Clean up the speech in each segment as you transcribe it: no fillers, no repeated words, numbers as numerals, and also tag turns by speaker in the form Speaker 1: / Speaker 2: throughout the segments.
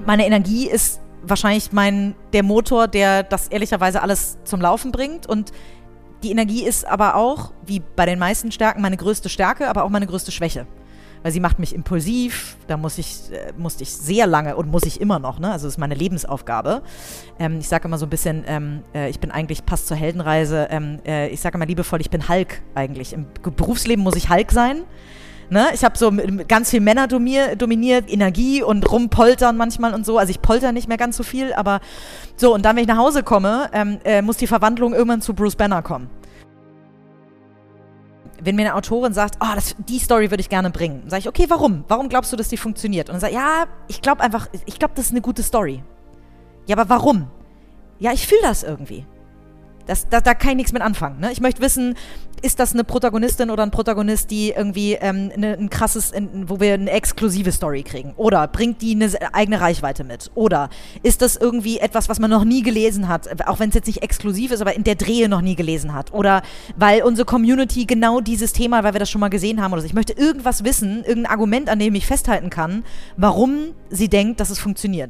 Speaker 1: Meine Energie ist wahrscheinlich der Motor, der das ehrlicherweise alles zum Laufen bringt. Und die Energie ist aber auch, wie bei den meisten Stärken, meine größte Stärke, aber auch meine größte Schwäche. Weil sie macht mich impulsiv, da musste ich sehr lange und muss ich immer noch, ne? Also das ist meine Lebensaufgabe. Ich sage immer so ein bisschen, ich bin eigentlich, passt zur Heldenreise, ich sage immer liebevoll, ich bin Hulk eigentlich. Im Berufsleben muss ich Hulk sein. Ne? Ich habe so ganz viel Männer dominiert, Energie und rumpoltern manchmal und so. Also ich polter nicht mehr ganz so viel, aber so. Und dann, wenn ich nach Hause komme, muss die Verwandlung irgendwann zu Bruce Banner kommen. Wenn mir eine Autorin sagt, die Story würde ich gerne bringen, sage ich, okay, warum? Warum glaubst du, dass die funktioniert? Und dann sage ich, ja, ich glaube, das ist eine gute Story. Ja, aber warum? Ja, ich fühle das irgendwie. Da kann ich nichts mit anfangen. Ne? Ich möchte wissen, ist das eine Protagonistin oder ein Protagonist, die irgendwie ein krasses, wo wir eine exklusive Story kriegen? Oder bringt die eine eigene Reichweite mit? Oder ist das irgendwie etwas, was man noch nie gelesen hat, auch wenn es jetzt nicht exklusiv ist, aber in der Drehe noch nie gelesen hat? Oder weil unsere Community genau dieses Thema, weil wir das schon mal gesehen haben oder so. Ich möchte irgendwas wissen, irgendein Argument, an dem ich festhalten kann, warum sie denkt, dass es funktioniert.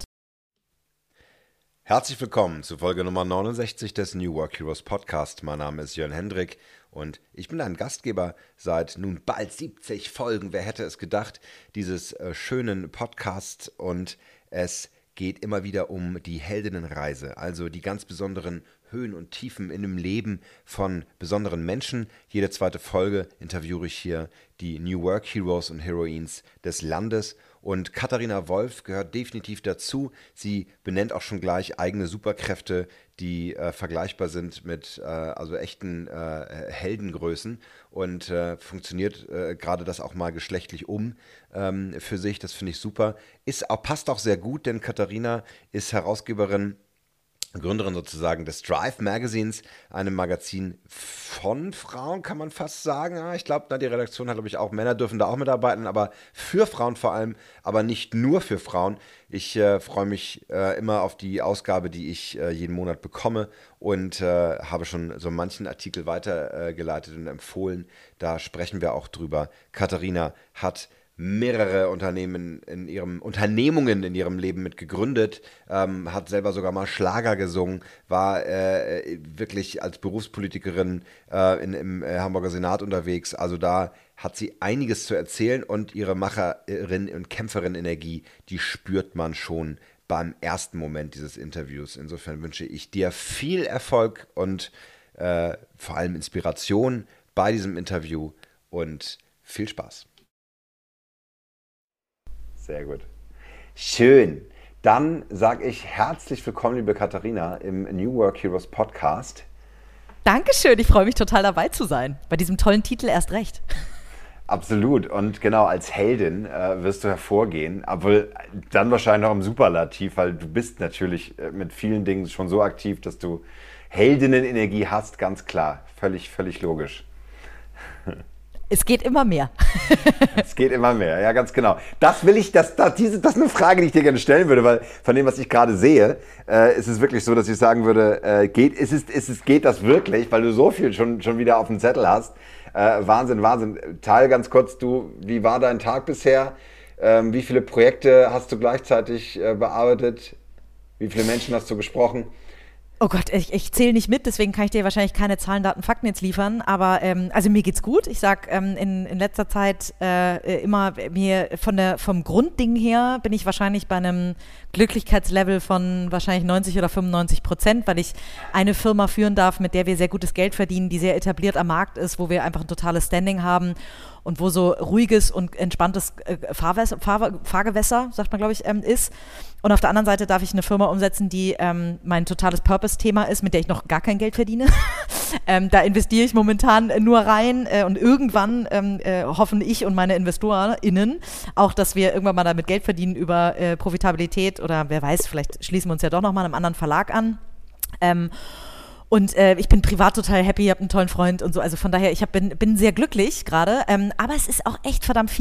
Speaker 2: Herzlich willkommen zu Folge Nummer 69 des New Work Heroes Podcast. Mein Name ist Jörn Hendrik und ich bin ein Gastgeber seit nun bald 70 Folgen. Wer hätte es gedacht, dieses schönen Podcasts, und es geht immer wieder um die Heldinnenreise, also die ganz besonderen Höhen und Tiefen in dem Leben von besonderen Menschen. Jede zweite Folge interviewe ich hier die New Work Heroes und Heroines des Landes. Und Katharina Wolf gehört definitiv dazu. Sie benennt auch schon gleich eigene Superkräfte, die vergleichbar sind mit echten Heldengrößen, und funktioniert gerade das auch mal geschlechtlich für sich. Das finde ich super. Passt auch sehr gut, denn Katharina ist Herausgeberin, Gründerin sozusagen des Drive Magazines, einem Magazin von Frauen, kann man fast sagen. Ich glaube, die Redaktion hat, glaube ich, auch Männer dürfen da auch mitarbeiten, aber für Frauen vor allem, aber nicht nur für Frauen. Ich freue mich immer auf die Ausgabe, die ich jeden Monat bekomme, und habe schon so manchen Artikel weitergeleitet und empfohlen. Da sprechen wir auch drüber. Katharina hat mehrere Unternehmungen in ihrem Leben mit gegründet, hat selber sogar mal Schlager gesungen, war wirklich als Berufspolitikerin im Hamburger Senat unterwegs. Also da hat sie einiges zu erzählen, und ihre Macherin- und Kämpferin-Energie, die spürt man schon beim ersten Moment dieses Interviews. Insofern wünsche ich dir viel Erfolg und vor allem Inspiration bei diesem Interview und viel Spaß. Sehr gut. Schön. Dann sage ich herzlich willkommen, liebe Katharina, im New Work Heroes Podcast.
Speaker 1: Dankeschön, ich freue mich total dabei zu sein. Bei diesem tollen Titel erst recht.
Speaker 2: Absolut. Und genau, als Heldin wirst du hervorgehen, obwohl dann wahrscheinlich noch im Superlativ, weil du bist natürlich mit vielen Dingen schon so aktiv, dass du Heldinnenenergie hast, ganz klar. Völlig logisch.
Speaker 1: Es geht immer mehr.
Speaker 2: Es geht immer mehr, ja, ganz genau. Das ist eine Frage, die ich dir gerne stellen würde, weil von dem, was ich gerade sehe, ist es wirklich so, dass ich sagen würde, geht das wirklich, weil du so viel schon wieder auf dem Zettel hast. Wahnsinn. Teil ganz kurz, wie war dein Tag bisher? Wie viele Projekte hast du gleichzeitig bearbeitet? Wie viele Menschen hast du gesprochen?
Speaker 1: Oh Gott, ich zähle nicht mit, deswegen kann ich dir wahrscheinlich keine Zahlen, Daten, Fakten jetzt liefern, aber also mir geht's gut. Ich sag in letzter Zeit immer vom Grundding her bin ich wahrscheinlich bei einem Glücklichkeitslevel von wahrscheinlich 90 oder 95%, weil ich eine Firma führen darf, mit der wir sehr gutes Geld verdienen, die sehr etabliert am Markt ist, wo wir einfach ein totales Standing haben und wo so ruhiges und entspanntes Fahrgewässer, sagt man, glaube ich, ist. Und auf der anderen Seite darf ich eine Firma umsetzen, die mein totales Purpose-Thema ist, mit der ich noch gar kein Geld verdiene. Da investiere ich momentan nur rein und irgendwann hoffen ich und meine InvestorInnen auch, dass wir irgendwann mal damit Geld verdienen über Profitabilität, oder wer weiß, vielleicht schließen wir uns ja doch nochmal einem anderen Verlag an. Und ich bin privat total happy, ich habe einen tollen Freund und so, also von daher, bin sehr glücklich gerade, aber es ist auch echt verdammt viel.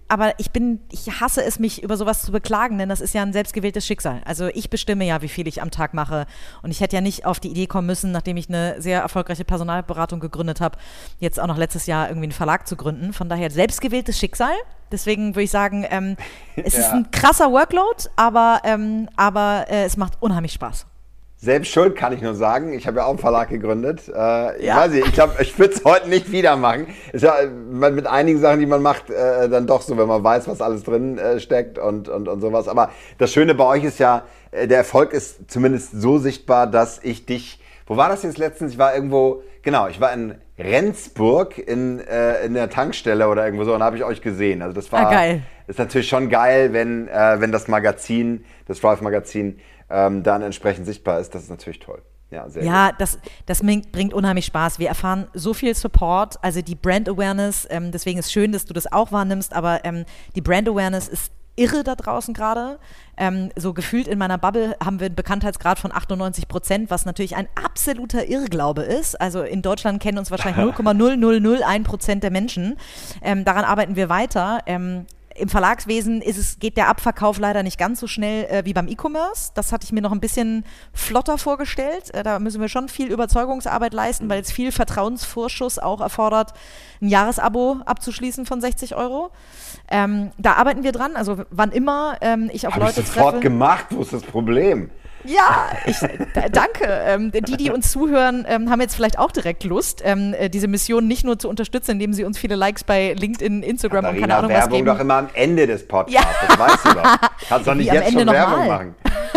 Speaker 1: aber ich hasse es, mich über sowas zu beklagen, denn das ist ja ein selbstgewähltes Schicksal. Also ich bestimme ja, wie viel ich am Tag mache und ich hätte ja nicht auf die Idee kommen müssen, nachdem ich eine sehr erfolgreiche Personalberatung gegründet habe, jetzt auch noch letztes Jahr irgendwie einen Verlag zu gründen. Von daher selbstgewähltes Schicksal. Deswegen würde ich sagen, es ist ein krasser Workload, aber es macht unheimlich Spaß.
Speaker 2: Selbst schuld, kann ich nur sagen. Ich habe ja auch einen Verlag gegründet. Ich weiß nicht, ich glaube, ich würde es heute nicht wieder machen. Ist ja mit einigen Sachen, die man macht, dann doch so, wenn man weiß, was alles drin steckt und sowas. Aber das Schöne bei euch ist ja, der Erfolg ist zumindest so sichtbar, dass ich dich, wo war das jetzt letztens? Ich war irgendwo, genau, ich war in Rendsburg in der Tankstelle oder irgendwo so und habe ich euch gesehen. Also das war,
Speaker 1: geil.
Speaker 2: Ist natürlich schon geil, wenn das Magazin, das Drive-Magazin, dann entsprechend sichtbar ist. Das ist natürlich toll. Ja, sehr gut.
Speaker 1: Das bringt unheimlich Spaß. Wir erfahren so viel Support, also die Brand Awareness, deswegen ist es schön, dass du das auch wahrnimmst, aber die Brand Awareness ist irre da draußen gerade. So gefühlt in meiner Bubble haben wir einen Bekanntheitsgrad von 98%, was natürlich ein absoluter Irrglaube ist. Also in Deutschland kennen uns wahrscheinlich 0,0001% der Menschen. Daran arbeiten wir weiter. Im Verlagswesen geht der Abverkauf leider nicht ganz so schnell wie beim E-Commerce. Das hatte ich mir noch ein bisschen flotter vorgestellt. Da müssen wir schon viel Überzeugungsarbeit leisten, weil es viel Vertrauensvorschuss auch erfordert, ein Jahresabo abzuschließen von 60 €. Da arbeiten wir dran. Also wann immer ich auf Leute treffe.
Speaker 2: Sofort gemacht. Wo ist das Problem?
Speaker 1: Ja, danke. Die uns zuhören, haben jetzt vielleicht auch direkt Lust, diese Mission nicht nur zu unterstützen, indem sie uns viele Likes bei LinkedIn, Instagram und keine Ahnung was geben.
Speaker 2: Werbung doch immer am Ende des Podcasts, ja. Das weißt du doch. Kannst doch nicht jetzt schon Werbung machen.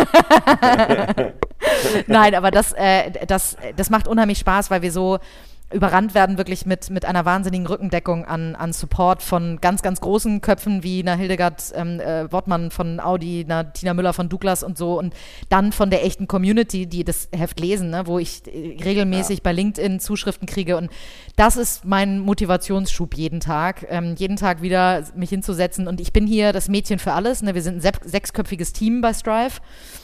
Speaker 1: Nein, aber das macht unheimlich Spaß, weil wir so überrannt werden wirklich mit einer wahnsinnigen Rückendeckung an Support von ganz, ganz großen Köpfen wie einer Hildegard Wortmann von Audi, einer Tina Müller von Douglas und so und dann von der echten Community, die das Heft lesen, ne, wo ich regelmäßig bei LinkedIn Zuschriften kriege und das ist mein Motivationsschub jeden Tag wieder mich hinzusetzen und ich bin hier das Mädchen für alles, ne, wir sind ein sechsköpfiges Team bei Strive.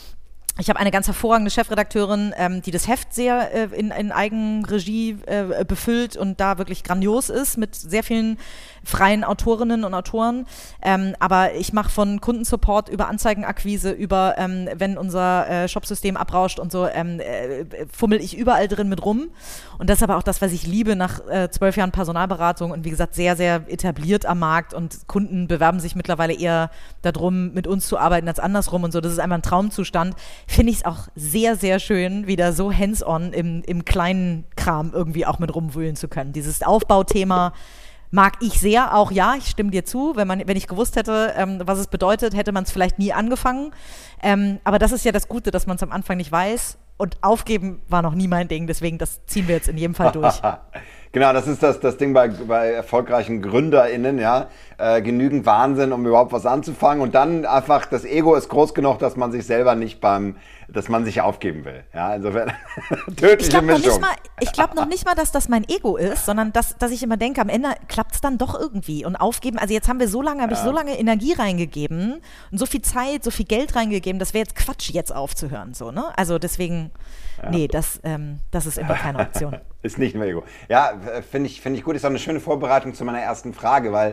Speaker 1: Ich habe eine ganz hervorragende Chefredakteurin, die das Heft sehr in Eigenregie befüllt und da wirklich grandios ist mit sehr vielen freien Autorinnen und Autoren. Aber ich mache von Kundensupport über Anzeigenakquise, über wenn unser Shopsystem abrauscht und so, fummel ich überall drin mit rum. Und das ist aber auch das, was ich liebe nach 12 Jahren Personalberatung und wie gesagt sehr, sehr etabliert am Markt und Kunden bewerben sich mittlerweile eher darum, mit uns zu arbeiten als andersrum und so. Das ist einfach ein Traumzustand. Finde ich es auch sehr, sehr schön, wieder so hands-on im kleinen Kram irgendwie auch mit rumwühlen zu können. Dieses Aufbauthema mag ich sehr, auch ja, ich stimme dir zu, wenn ich gewusst hätte, was es bedeutet, hätte man es vielleicht nie angefangen. Aber das ist ja das Gute, dass man es am Anfang nicht weiß und aufgeben war noch nie mein Ding, deswegen das ziehen wir jetzt in jedem Fall durch.
Speaker 2: Genau, das ist das Ding bei erfolgreichen GründerInnen, ja, genügend Wahnsinn, um überhaupt was anzufangen und dann einfach, das Ego ist groß genug, dass man sich selber nicht dass man sich aufgeben will, ja, insofern tödliche Mischung.
Speaker 1: Ich glaube noch nicht mal, dass das mein Ego ist, sondern dass ich immer denke, am Ende klappt es dann doch irgendwie und aufgeben, also jetzt habe ich so lange Energie reingegeben und so viel Zeit, so viel Geld reingegeben, das wäre jetzt Quatsch, jetzt aufzuhören, so, ne, also deswegen, nee, das ist immer keine Option.
Speaker 2: Ist nicht mehr Ego. Ja, finde ich gut. Ist auch eine schöne Vorbereitung zu meiner ersten Frage, weil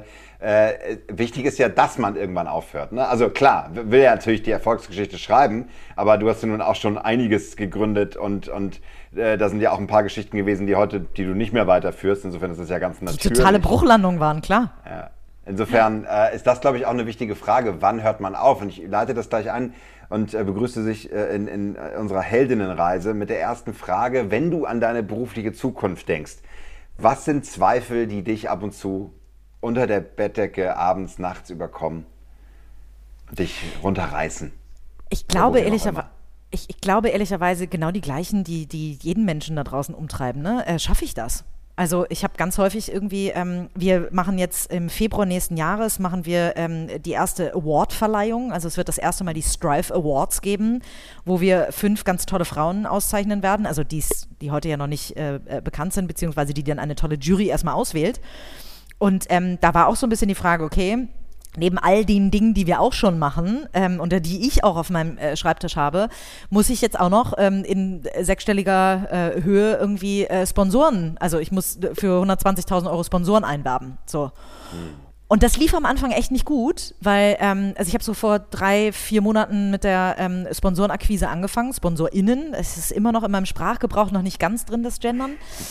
Speaker 2: wichtig ist ja, dass man irgendwann aufhört. Ne? Also klar, will ja natürlich die Erfolgsgeschichte schreiben, aber du hast ja nun auch schon einiges gegründet und da sind ja auch ein paar Geschichten gewesen, die du nicht mehr weiterführst. Insofern ist das ja ganz natürlich.
Speaker 1: Die totale Bruchlandung waren, klar.
Speaker 2: Ja. Insofern ist das, glaube ich, auch eine wichtige Frage. Wann hört man auf? Und ich leite das gleich ein und begrüße dich in unserer Heldinnenreise mit der ersten Frage. Wenn du an deine berufliche Zukunft denkst, was sind Zweifel, die dich ab und zu unter der Bettdecke abends, nachts überkommen und dich runterreißen?
Speaker 1: Ich glaube ehrlicherweise genau die gleichen, die jeden Menschen da draußen umtreiben. Ne? Schaffe ich das? Also ich habe ganz häufig irgendwie, wir machen jetzt im Februar nächsten Jahres, machen wir die erste Award-Verleihung. Also es wird das erste Mal die Strive Awards geben, wo wir 5 ganz tolle Frauen auszeichnen werden. Also die heute ja noch nicht bekannt sind, beziehungsweise die dann eine tolle Jury erstmal auswählt. Und da war auch so ein bisschen die Frage, okay, neben all den Dingen, die wir auch schon machen und die ich auch auf meinem Schreibtisch habe, muss ich jetzt auch noch in sechsstelliger Höhe irgendwie Sponsoren, also ich muss für 120.000 € Sponsoren einwerben. So. Und das lief am Anfang echt nicht gut, weil, also ich habe so vor 3-4 Monaten mit der Sponsorenakquise angefangen, SponsorInnen, es ist immer noch in meinem Sprachgebrauch noch nicht ganz drin, das Gendern,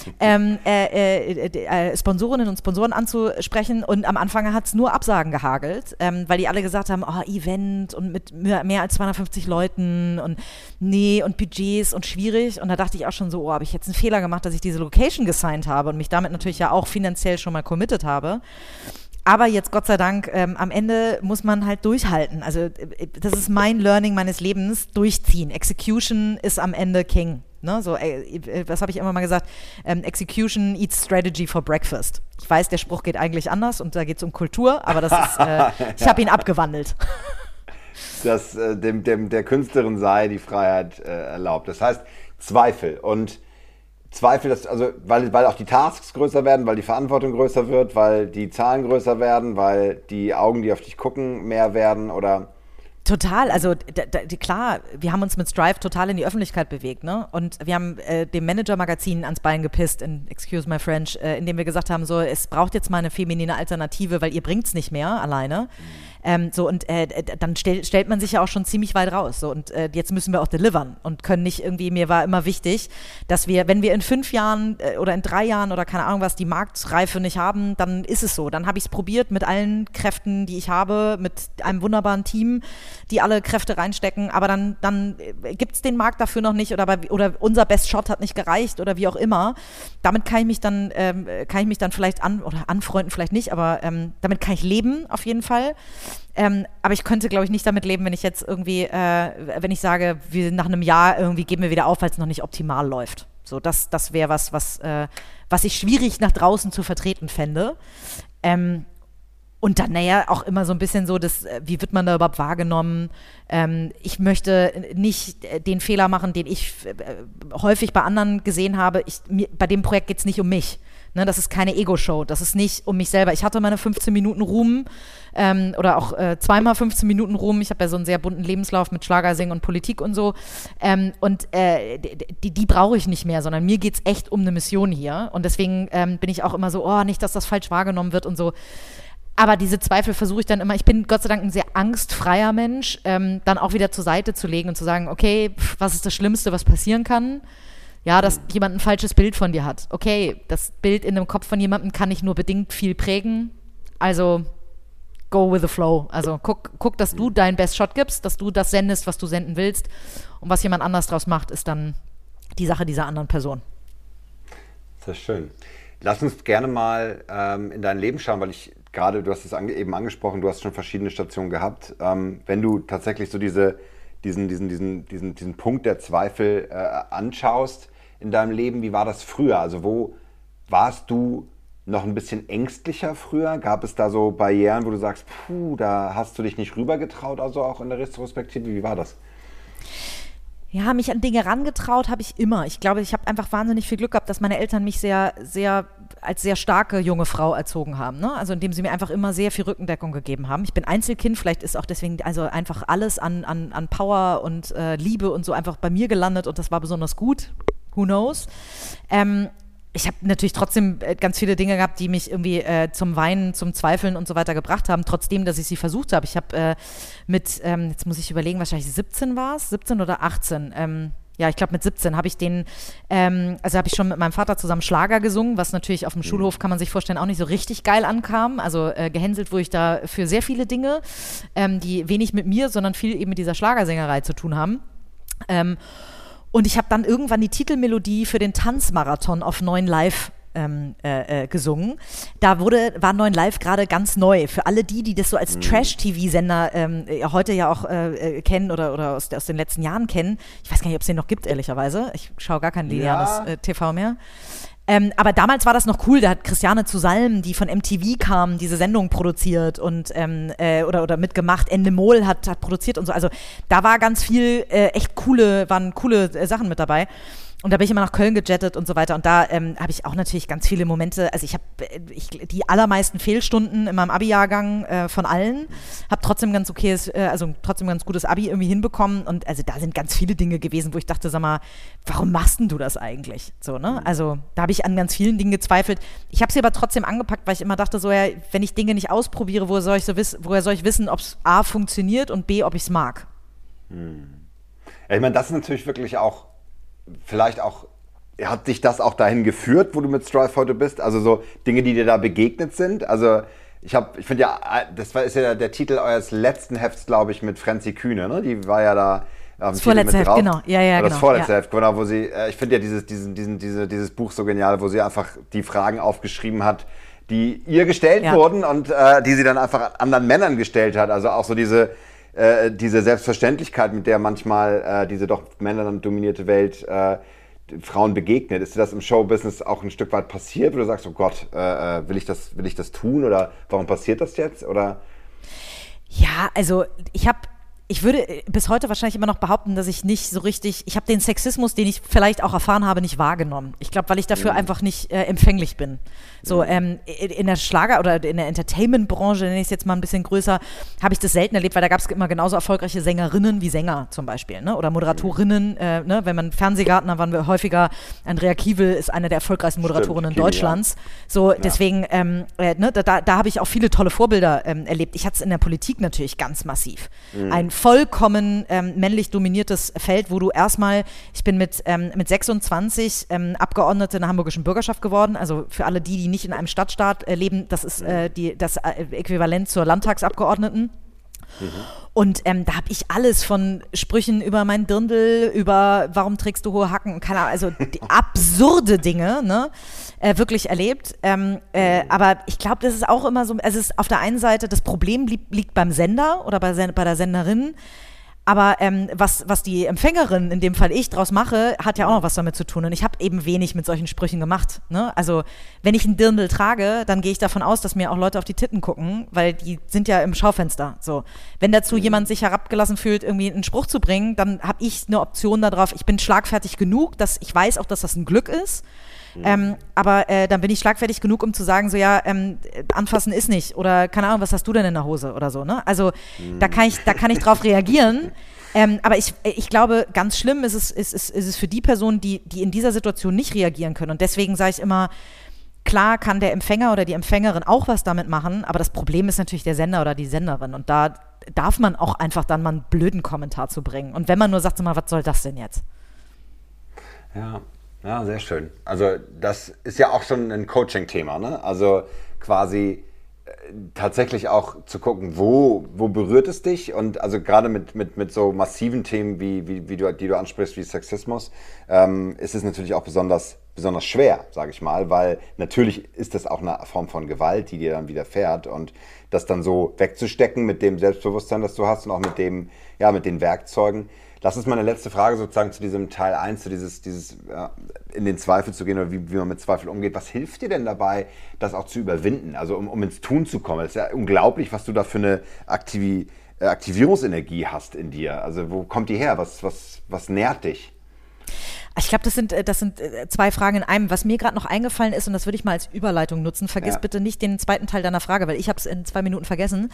Speaker 1: Sponsorinnen und Sponsoren anzusprechen, und am Anfang hat es nur Absagen gehagelt, weil die alle gesagt haben, oh, Event und mit mehr als 250 Leuten und nee und Budgets und schwierig, und da dachte ich auch schon so, oh, habe ich jetzt einen Fehler gemacht, dass ich diese Location gesigned habe und mich damit natürlich ja auch finanziell schon mal committed habe. Aber jetzt, Gott sei Dank, am Ende muss man halt durchhalten. Also das ist mein Learning meines Lebens, durchziehen. Execution ist am Ende King. Ne? So, was habe ich immer mal gesagt? Execution eats strategy for breakfast. Ich weiß, der Spruch geht eigentlich anders und da geht es um Kultur, aber das ist, ich habe ihn abgewandelt.
Speaker 2: Dass der Künstlerin sei die Freiheit erlaubt. Das heißt, Zweifel, also weil auch die Tasks größer werden, weil die Verantwortung größer wird, weil die Zahlen größer werden, weil die Augen, die auf dich gucken, mehr werden, oder?
Speaker 1: Total, also klar, wir haben uns mit Strive total in die Öffentlichkeit bewegt, ne? Und wir haben dem Manager-Magazin ans Bein gepisst, excuse my French, indem wir gesagt haben, so, es braucht jetzt mal eine feminine Alternative, weil ihr bringt's nicht mehr alleine. Dann stellt man sich ja auch schon ziemlich weit raus. So, und jetzt müssen wir auch delivern und können nicht irgendwie, mir war immer wichtig, dass wir, wenn wir in 5 Jahren oder in 3 Jahren oder keine Ahnung was, die Marktreife nicht haben, dann ist es so. Dann habe ich es probiert mit allen Kräften, die ich habe, mit einem wunderbaren Team, die alle Kräfte reinstecken, aber dann gibt es den Markt dafür noch nicht, oder unser Best Shot hat nicht gereicht oder wie auch immer. Damit kann ich mich dann vielleicht anfreunden, vielleicht nicht, aber damit kann ich leben auf jeden Fall. Aber ich könnte, glaube ich, nicht damit leben, wenn ich jetzt irgendwie, wenn ich sage, wir nach einem Jahr irgendwie geben wir wieder auf, weil es noch nicht optimal läuft. So, das wäre was ich schwierig nach draußen zu vertreten fände. Und dann, auch immer so ein bisschen so, wie wird man da überhaupt wahrgenommen? Ich möchte nicht den Fehler machen, den ich häufig bei anderen gesehen habe. Bei dem Projekt geht es nicht um mich. Ne, das ist keine Ego-Show, das ist nicht um mich selber. Ich hatte meine 15 Minuten Ruhm oder auch zweimal 15 Minuten Ruhm. Ich habe ja so einen sehr bunten Lebenslauf mit Schlagersingen und Politik und so. Die brauche ich nicht mehr, sondern mir geht es echt um eine Mission hier. Und deswegen bin ich auch immer so, oh, nicht, dass das falsch wahrgenommen wird und so. Aber diese Zweifel versuche ich dann immer, ich bin Gott sei Dank ein sehr angstfreier Mensch, dann auch wieder zur Seite zu legen und zu sagen, okay, was ist das Schlimmste, was passieren kann? Ja, dass jemand ein falsches Bild von dir hat. Okay, das Bild in dem Kopf von jemandem kann nicht nur bedingt viel prägen. Also go with the flow. Also guck, dass du deinen Best Shot gibst, dass du das sendest, was du senden willst. Und was jemand anders draus macht, ist dann die Sache dieser anderen Person.
Speaker 2: Das ist schön. Lass uns gerne mal in dein Leben schauen, weil du hast es eben angesprochen, du hast schon verschiedene Stationen gehabt. Wenn du tatsächlich so diesen Punkt der Zweifel anschaust in deinem Leben, wie war das früher? Also wo warst du noch ein bisschen ängstlicher früher? Gab es da so Barrieren, wo du sagst, da hast du dich nicht rübergetraut, also auch in der Retrospektive? Wie war das?
Speaker 1: Ja, mich an Dinge rangetraut habe ich immer. Ich glaube, ich habe einfach wahnsinnig viel Glück gehabt, dass meine Eltern mich als sehr starke junge Frau erzogen haben. Ne? Also indem sie mir einfach immer sehr viel Rückendeckung gegeben haben. Ich bin Einzelkind, vielleicht ist auch deswegen also einfach alles an Power und Liebe und so einfach bei mir gelandet und das war besonders gut. Who knows? Ich habe natürlich trotzdem ganz viele Dinge gehabt, die mich irgendwie zum Weinen, zum Zweifeln und so weiter gebracht haben, trotzdem, dass ich sie versucht habe. Ich habe jetzt muss ich überlegen, wahrscheinlich 17 war es, 17 oder 18, ja, ich glaube mit 17 habe ich habe ich schon mit meinem Vater zusammen Schlager gesungen, was natürlich auf dem Schulhof, kann man sich vorstellen, auch nicht so richtig geil ankam. Also gehänselt wurde ich da für sehr viele Dinge, die wenig mit mir, sondern viel eben mit dieser Schlagersängerei zu tun haben. Und ich habe dann irgendwann die Titelmelodie für den Tanzmarathon auf 9 Live gesungen. Da war 9 Live gerade ganz neu. Für alle die das so als Trash-TV-Sender heute ja auch kennen oder aus den letzten Jahren kennen. Ich weiß gar nicht, ob es den noch gibt, ehrlicherweise. Ich schaue gar kein lineares TV mehr. Aber damals war das noch cool, da hat Christiane zu Salm, die von MTV kam, diese Sendung produziert und oder mitgemacht, Endemol hat produziert und so. Also da war ganz viel waren coole Sachen mit dabei. Und da bin ich immer nach Köln gejettet und so weiter. Und da habe ich auch natürlich ganz viele Momente. Also ich habe die allermeisten Fehlstunden in meinem Abi-Jahrgang von allen. Habe trotzdem ganz trotzdem ganz gutes Abi irgendwie hinbekommen. Und also da sind ganz viele Dinge gewesen, wo ich dachte, sag mal, warum machst denn du das eigentlich? So, ne? Also da habe ich an ganz vielen Dingen gezweifelt. Ich habe sie aber trotzdem angepackt, weil ich immer dachte, so ja, wenn ich Dinge nicht ausprobiere, woher soll ich wissen, ob es A funktioniert und B, ob ich es mag?
Speaker 2: Ja, ich meine, das ist natürlich wirklich auch vielleicht auch, hat dich das auch dahin geführt, wo du mit Strive heute bist? Also so Dinge, die dir da begegnet sind? Also ich finde ja, ist ja der Titel eures letzten Hefts, glaube ich, mit Franzi Kühne, ne? Die war ja da
Speaker 1: das vorletzte Heft, genau. Ja,
Speaker 2: das
Speaker 1: genau.
Speaker 2: vorletzte Heft, genau, wo sie, ich finde ja dieses Buch so genial, wo sie einfach die Fragen aufgeschrieben hat, die ihr gestellt wurden und die sie dann einfach anderen Männern gestellt hat. Also auch so diese Selbstverständlichkeit, mit der manchmal diese doch männerdominierte Welt Frauen begegnet. Ist dir das im Showbusiness auch ein Stück weit passiert, wo du sagst, oh Gott, will ich das tun oder warum passiert das jetzt? Oder?
Speaker 1: Ja, also ich würde bis heute wahrscheinlich immer noch behaupten, dass ich nicht so richtig, ich habe den Sexismus, den ich vielleicht auch erfahren habe, nicht wahrgenommen. Ich glaube, weil ich dafür einfach nicht empfänglich bin. So in der Schlager- oder in der Entertainment-Branche, nenne ich es jetzt mal ein bisschen größer, habe ich das selten erlebt, weil da gab es immer genauso erfolgreiche Sängerinnen wie Sänger zum Beispiel, ne? Oder Moderatorinnen, ne? Wenn man Fernsehgarten, da waren wir häufiger, Andrea Kiewel ist eine der erfolgreichsten Moderatorinnen Deutschlands. So, deswegen, ne? Da habe ich auch viele tolle Vorbilder erlebt. Ich hatte es in der Politik natürlich ganz massiv. Ein vollkommen männlich dominiertes Feld, wo du erstmal, ich bin mit 26 Abgeordnete in der hamburgischen Bürgerschaft geworden, also für alle die nicht in einem Stadtstaat leben, das ist das Äquivalent zur Landtagsabgeordneten. Und da habe ich alles von Sprüchen über mein Dirndl, über warum trägst du hohe Hacken, keine Ahnung, also die absurde Dinge, ne, wirklich erlebt. Aber ich glaube, das ist auch immer so, also es ist auf der einen Seite, das Problem liegt beim Sender oder bei der Senderin, aber was die Empfängerin, in dem Fall ich, draus mache, hat ja auch noch was damit zu tun. Und ich habe eben wenig mit solchen Sprüchen gemacht. Ne? Also wenn ich ein Dirndl trage, dann gehe ich davon aus, dass mir auch Leute auf die Titten gucken, weil die sind ja im Schaufenster. So. Wenn dazu jemand sich herabgelassen fühlt, irgendwie einen Spruch zu bringen, dann habe ich eine Option darauf. Ich bin schlagfertig genug, dass ich weiß auch, dass das ein Glück ist. Aber dann bin ich schlagfertig genug, um zu sagen, so ja, anfassen ist nicht oder keine Ahnung, was hast du denn in der Hose oder so, ne? Also da kann ich drauf reagieren. Aber ich glaube, ganz schlimm ist es für die Personen, die in dieser Situation nicht reagieren können. Und deswegen sage ich immer, klar kann der Empfänger oder die Empfängerin auch was damit machen, aber das Problem ist natürlich der Sender oder die Senderin. Und da darf man auch einfach dann mal einen blöden Kommentar zu bringen. Und wenn man nur sagt, so mal, was soll das denn jetzt?
Speaker 2: Ja, sehr schön. Also das ist ja auch schon ein Coaching-Thema, ne? Also quasi tatsächlich auch zu gucken, wo berührt es dich? Und also gerade mit so massiven Themen, die du ansprichst, wie Sexismus, ist es natürlich auch besonders schwer, sage ich mal, weil natürlich ist das auch eine Form von Gewalt, die dir dann widerfährt und das dann so wegzustecken mit dem Selbstbewusstsein, das du hast und auch mit den Werkzeugen. Lass uns mal eine letzte Frage sozusagen zu diesem Teil 1, zu dieses in den Zweifel zu gehen oder wie man mit Zweifel umgeht. Was hilft dir denn dabei, das auch zu überwinden, also um ins Tun zu kommen? Das ist ja unglaublich, was du da für eine Aktivierungsenergie hast in dir. Also wo kommt die her? Was nährt dich?
Speaker 1: Ich glaube, das sind zwei Fragen in einem. Was mir gerade noch eingefallen ist, und das würde ich mal als Überleitung nutzen, vergiss bitte nicht den zweiten Teil deiner Frage, weil ich habe es in 2 Minuten vergessen.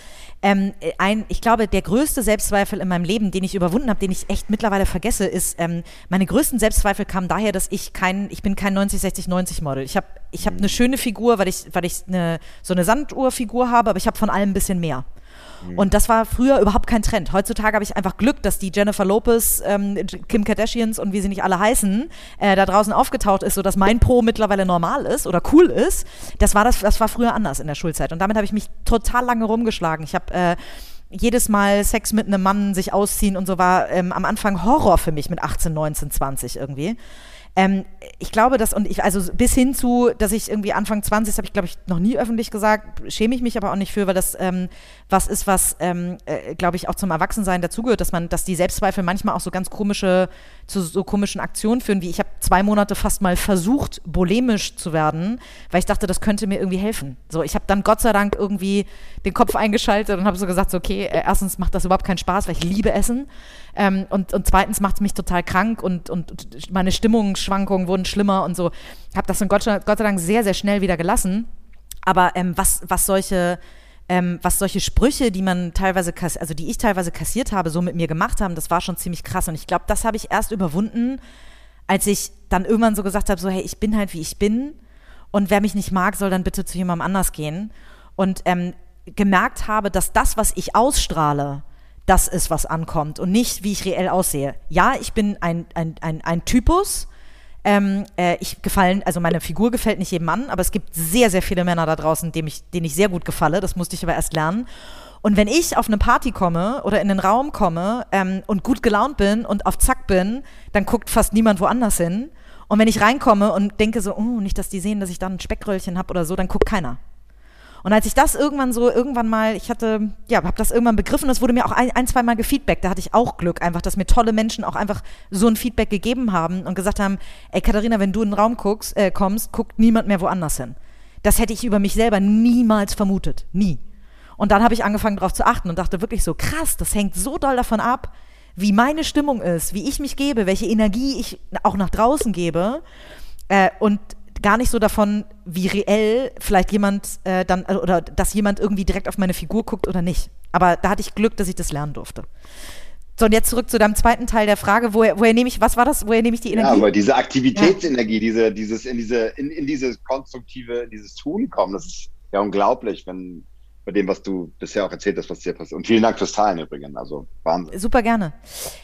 Speaker 1: Ich glaube, der größte Selbstzweifel in meinem Leben, den ich überwunden habe, den ich echt mittlerweile vergesse, ist, meine größten Selbstzweifel kamen daher, dass ich bin kein 90-60-90-Model. Ich hab eine schöne Figur, weil ich so eine Sanduhrfigur habe, aber ich habe von allem ein bisschen mehr. Und das war früher überhaupt kein Trend. Heutzutage habe ich einfach Glück, dass die Jennifer Lopez, Kim Kardashians und wie sie nicht alle heißen, da draußen aufgetaucht ist, sodass mein Po mittlerweile normal ist oder cool ist. Das war früher anders in der Schulzeit. Und damit habe ich mich total lange rumgeschlagen. Ich habe jedes Mal Sex mit einem Mann, sich ausziehen und so war am Anfang Horror für mich mit 18, 19, 20 irgendwie. Ich glaube, also bis hin zu, dass ich irgendwie Anfang 20, das habe ich, glaube ich, noch nie öffentlich gesagt, schäme ich mich aber auch nicht für, weil das was ist, was, glaube ich, auch zum Erwachsensein dazugehört, dass die Selbstzweifel manchmal auch zu so komischen Aktionen führen, wie ich habe 2 Monate fast mal versucht, bulimisch zu werden, weil ich dachte, das könnte mir irgendwie helfen. So, ich habe dann Gott sei Dank irgendwie den Kopf eingeschaltet und habe so gesagt, so, okay, erstens macht das überhaupt keinen Spaß, weil ich liebe Essen und zweitens macht es mich total krank und meine Stimmung Stimmungsschwankungen wurden schlimmer und so. Habe das dann Gott sei Dank sehr, sehr schnell wieder gelassen. Aber was solche Sprüche, die ich teilweise kassiert habe, so mit mir gemacht haben, das war schon ziemlich krass. Und ich glaube, das habe ich erst überwunden, als ich dann irgendwann so gesagt habe, so hey, ich bin halt, wie ich bin. Und wer mich nicht mag, soll dann bitte zu jemandem anders gehen. Und gemerkt habe, dass das, was ich ausstrahle, das ist, was ankommt und nicht, wie ich reell aussehe. Ja, ich bin ein Typus. Meine Figur gefällt nicht jedem Mann, aber es gibt sehr, sehr viele Männer da draußen, denen ich sehr gut gefalle. Das musste ich aber erst lernen. Und wenn ich auf eine Party komme oder in einen Raum komme und gut gelaunt bin und auf Zack bin, dann guckt fast niemand woanders hin. Und wenn ich reinkomme und denke so, oh, nicht, dass die sehen, dass ich da ein Speckröllchen habe oder so, dann guckt keiner. Und als ich das habe das irgendwann begriffen, das wurde mir auch ein, zwei Mal gefeedbackt, da hatte ich auch Glück einfach, dass mir tolle Menschen auch einfach so ein Feedback gegeben haben und gesagt haben, ey Katharina, wenn du in den Raum kommst, guckt niemand mehr woanders hin. Das hätte ich über mich selber niemals vermutet, nie. Und dann habe ich angefangen darauf zu achten und dachte wirklich so, krass, das hängt so doll davon ab, wie meine Stimmung ist, wie ich mich gebe, welche Energie ich auch nach draußen gebe und gar nicht so davon, wie reell vielleicht jemand oder dass jemand irgendwie direkt auf meine Figur guckt oder nicht. Aber da hatte ich Glück, dass ich das lernen durfte. So, und jetzt zurück zu deinem zweiten Teil der Frage, woher nehme ich die Energie?
Speaker 3: Ja, aber diese Aktivitätsenergie, in dieses konstruktive, in dieses Tun kommen, das ist ja unglaublich, bei dem, was du bisher auch erzählt hast, was dir passiert. Und vielen Dank fürs Teilen übrigens, also Wahnsinn.
Speaker 1: Super gerne.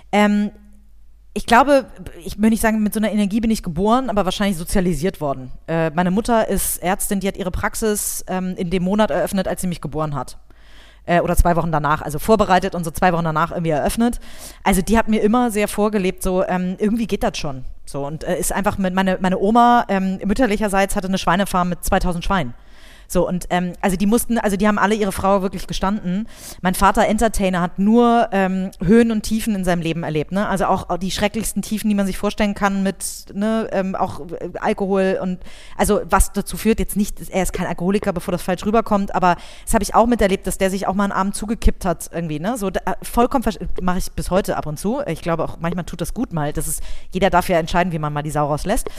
Speaker 1: Ich glaube, ich will nicht sagen, mit so einer Energie bin ich geboren, aber wahrscheinlich sozialisiert worden. Meine Mutter ist Ärztin, die hat ihre Praxis in dem Monat eröffnet, als sie mich geboren hat. Oder 2 Wochen danach, also vorbereitet und so 2 Wochen danach irgendwie eröffnet. Also die hat mir immer sehr vorgelebt, so irgendwie geht das schon. So, und ist einfach meine Oma mütterlicherseits hatte eine Schweinefarm mit 2000 Schweinen. So, und die haben alle ihre Frau wirklich gestanden. Mein Vater, Entertainer, hat nur Höhen und Tiefen in seinem Leben erlebt, ne? Also auch die schrecklichsten Tiefen, die man sich vorstellen kann mit, auch Alkohol und, also was dazu führt, jetzt nicht, er ist kein Alkoholiker, bevor das falsch rüberkommt, aber das habe ich auch miterlebt, dass der sich auch mal einen Abend zugekippt hat irgendwie, ne? So, vollkommen, mache ich bis heute ab und zu. Ich glaube auch, manchmal tut das gut mal. Jeder darf ja entscheiden, wie man mal die Sau rauslässt.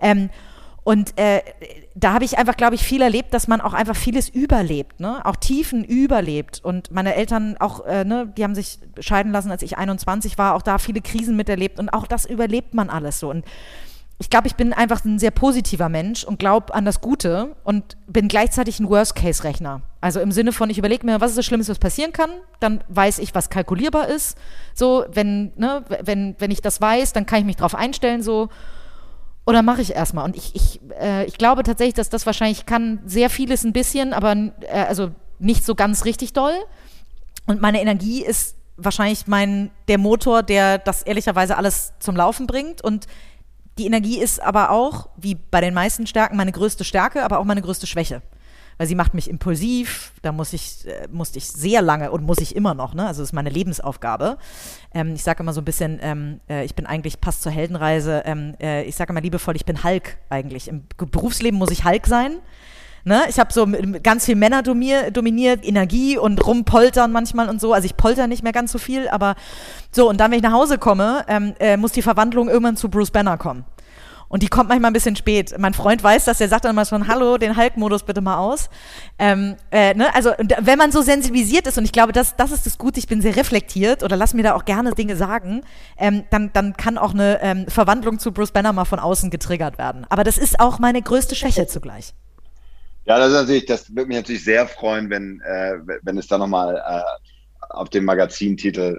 Speaker 1: Und da habe ich einfach, glaube ich, viel erlebt, dass man auch einfach vieles überlebt, ne? Auch Tiefen überlebt. Und meine Eltern auch, die haben sich scheiden lassen, als ich 21 war, auch da viele Krisen miterlebt. Und auch das überlebt man alles so. Und ich glaube, ich bin einfach ein sehr positiver Mensch und glaube an das Gute und bin gleichzeitig ein Worst-Case-Rechner. Also im Sinne von, ich überlege mir, was ist das Schlimmste, was passieren kann, dann weiß ich, was kalkulierbar ist. So, wenn ich das weiß, dann kann ich mich drauf einstellen, so. Oder mache ich erstmal? Und ich glaube tatsächlich, dass das wahrscheinlich kann sehr vieles ein bisschen, aber also nicht so ganz richtig doll. Und meine Energie ist wahrscheinlich der Motor, der das ehrlicherweise alles zum Laufen bringt. Und die Energie ist aber auch, wie bei den meisten Stärken, meine größte Stärke, aber auch meine größte Schwäche. Weil sie macht mich impulsiv, da musste ich sehr lange und muss ich immer noch, ne? Also das ist meine Lebensaufgabe. Ich sage immer so ein bisschen, ich bin eigentlich, passt zur Heldenreise, ich sage immer liebevoll, ich bin Hulk eigentlich. Im Berufsleben muss ich Hulk sein. Ne? Ich habe so ganz viel Männer dominiert, Energie und rumpoltern manchmal und so. Also ich polter nicht mehr ganz so viel, aber so. Und dann, wenn ich nach Hause komme, muss die Verwandlung irgendwann zu Bruce Banner kommen. Und die kommt manchmal ein bisschen spät. Mein Freund weiß das, der sagt dann immer schon, hallo, den Hulk-Modus bitte mal aus. Also wenn man so sensibilisiert ist, und ich glaube, das ist das Gute, ich bin sehr reflektiert oder lass mir da auch gerne Dinge sagen, dann kann auch eine Verwandlung zu Bruce Banner mal von außen getriggert werden. Aber das ist auch meine größte Schwäche zugleich.
Speaker 3: Ja, das würde mich natürlich sehr freuen, wenn es da nochmal auf dem Magazintitel,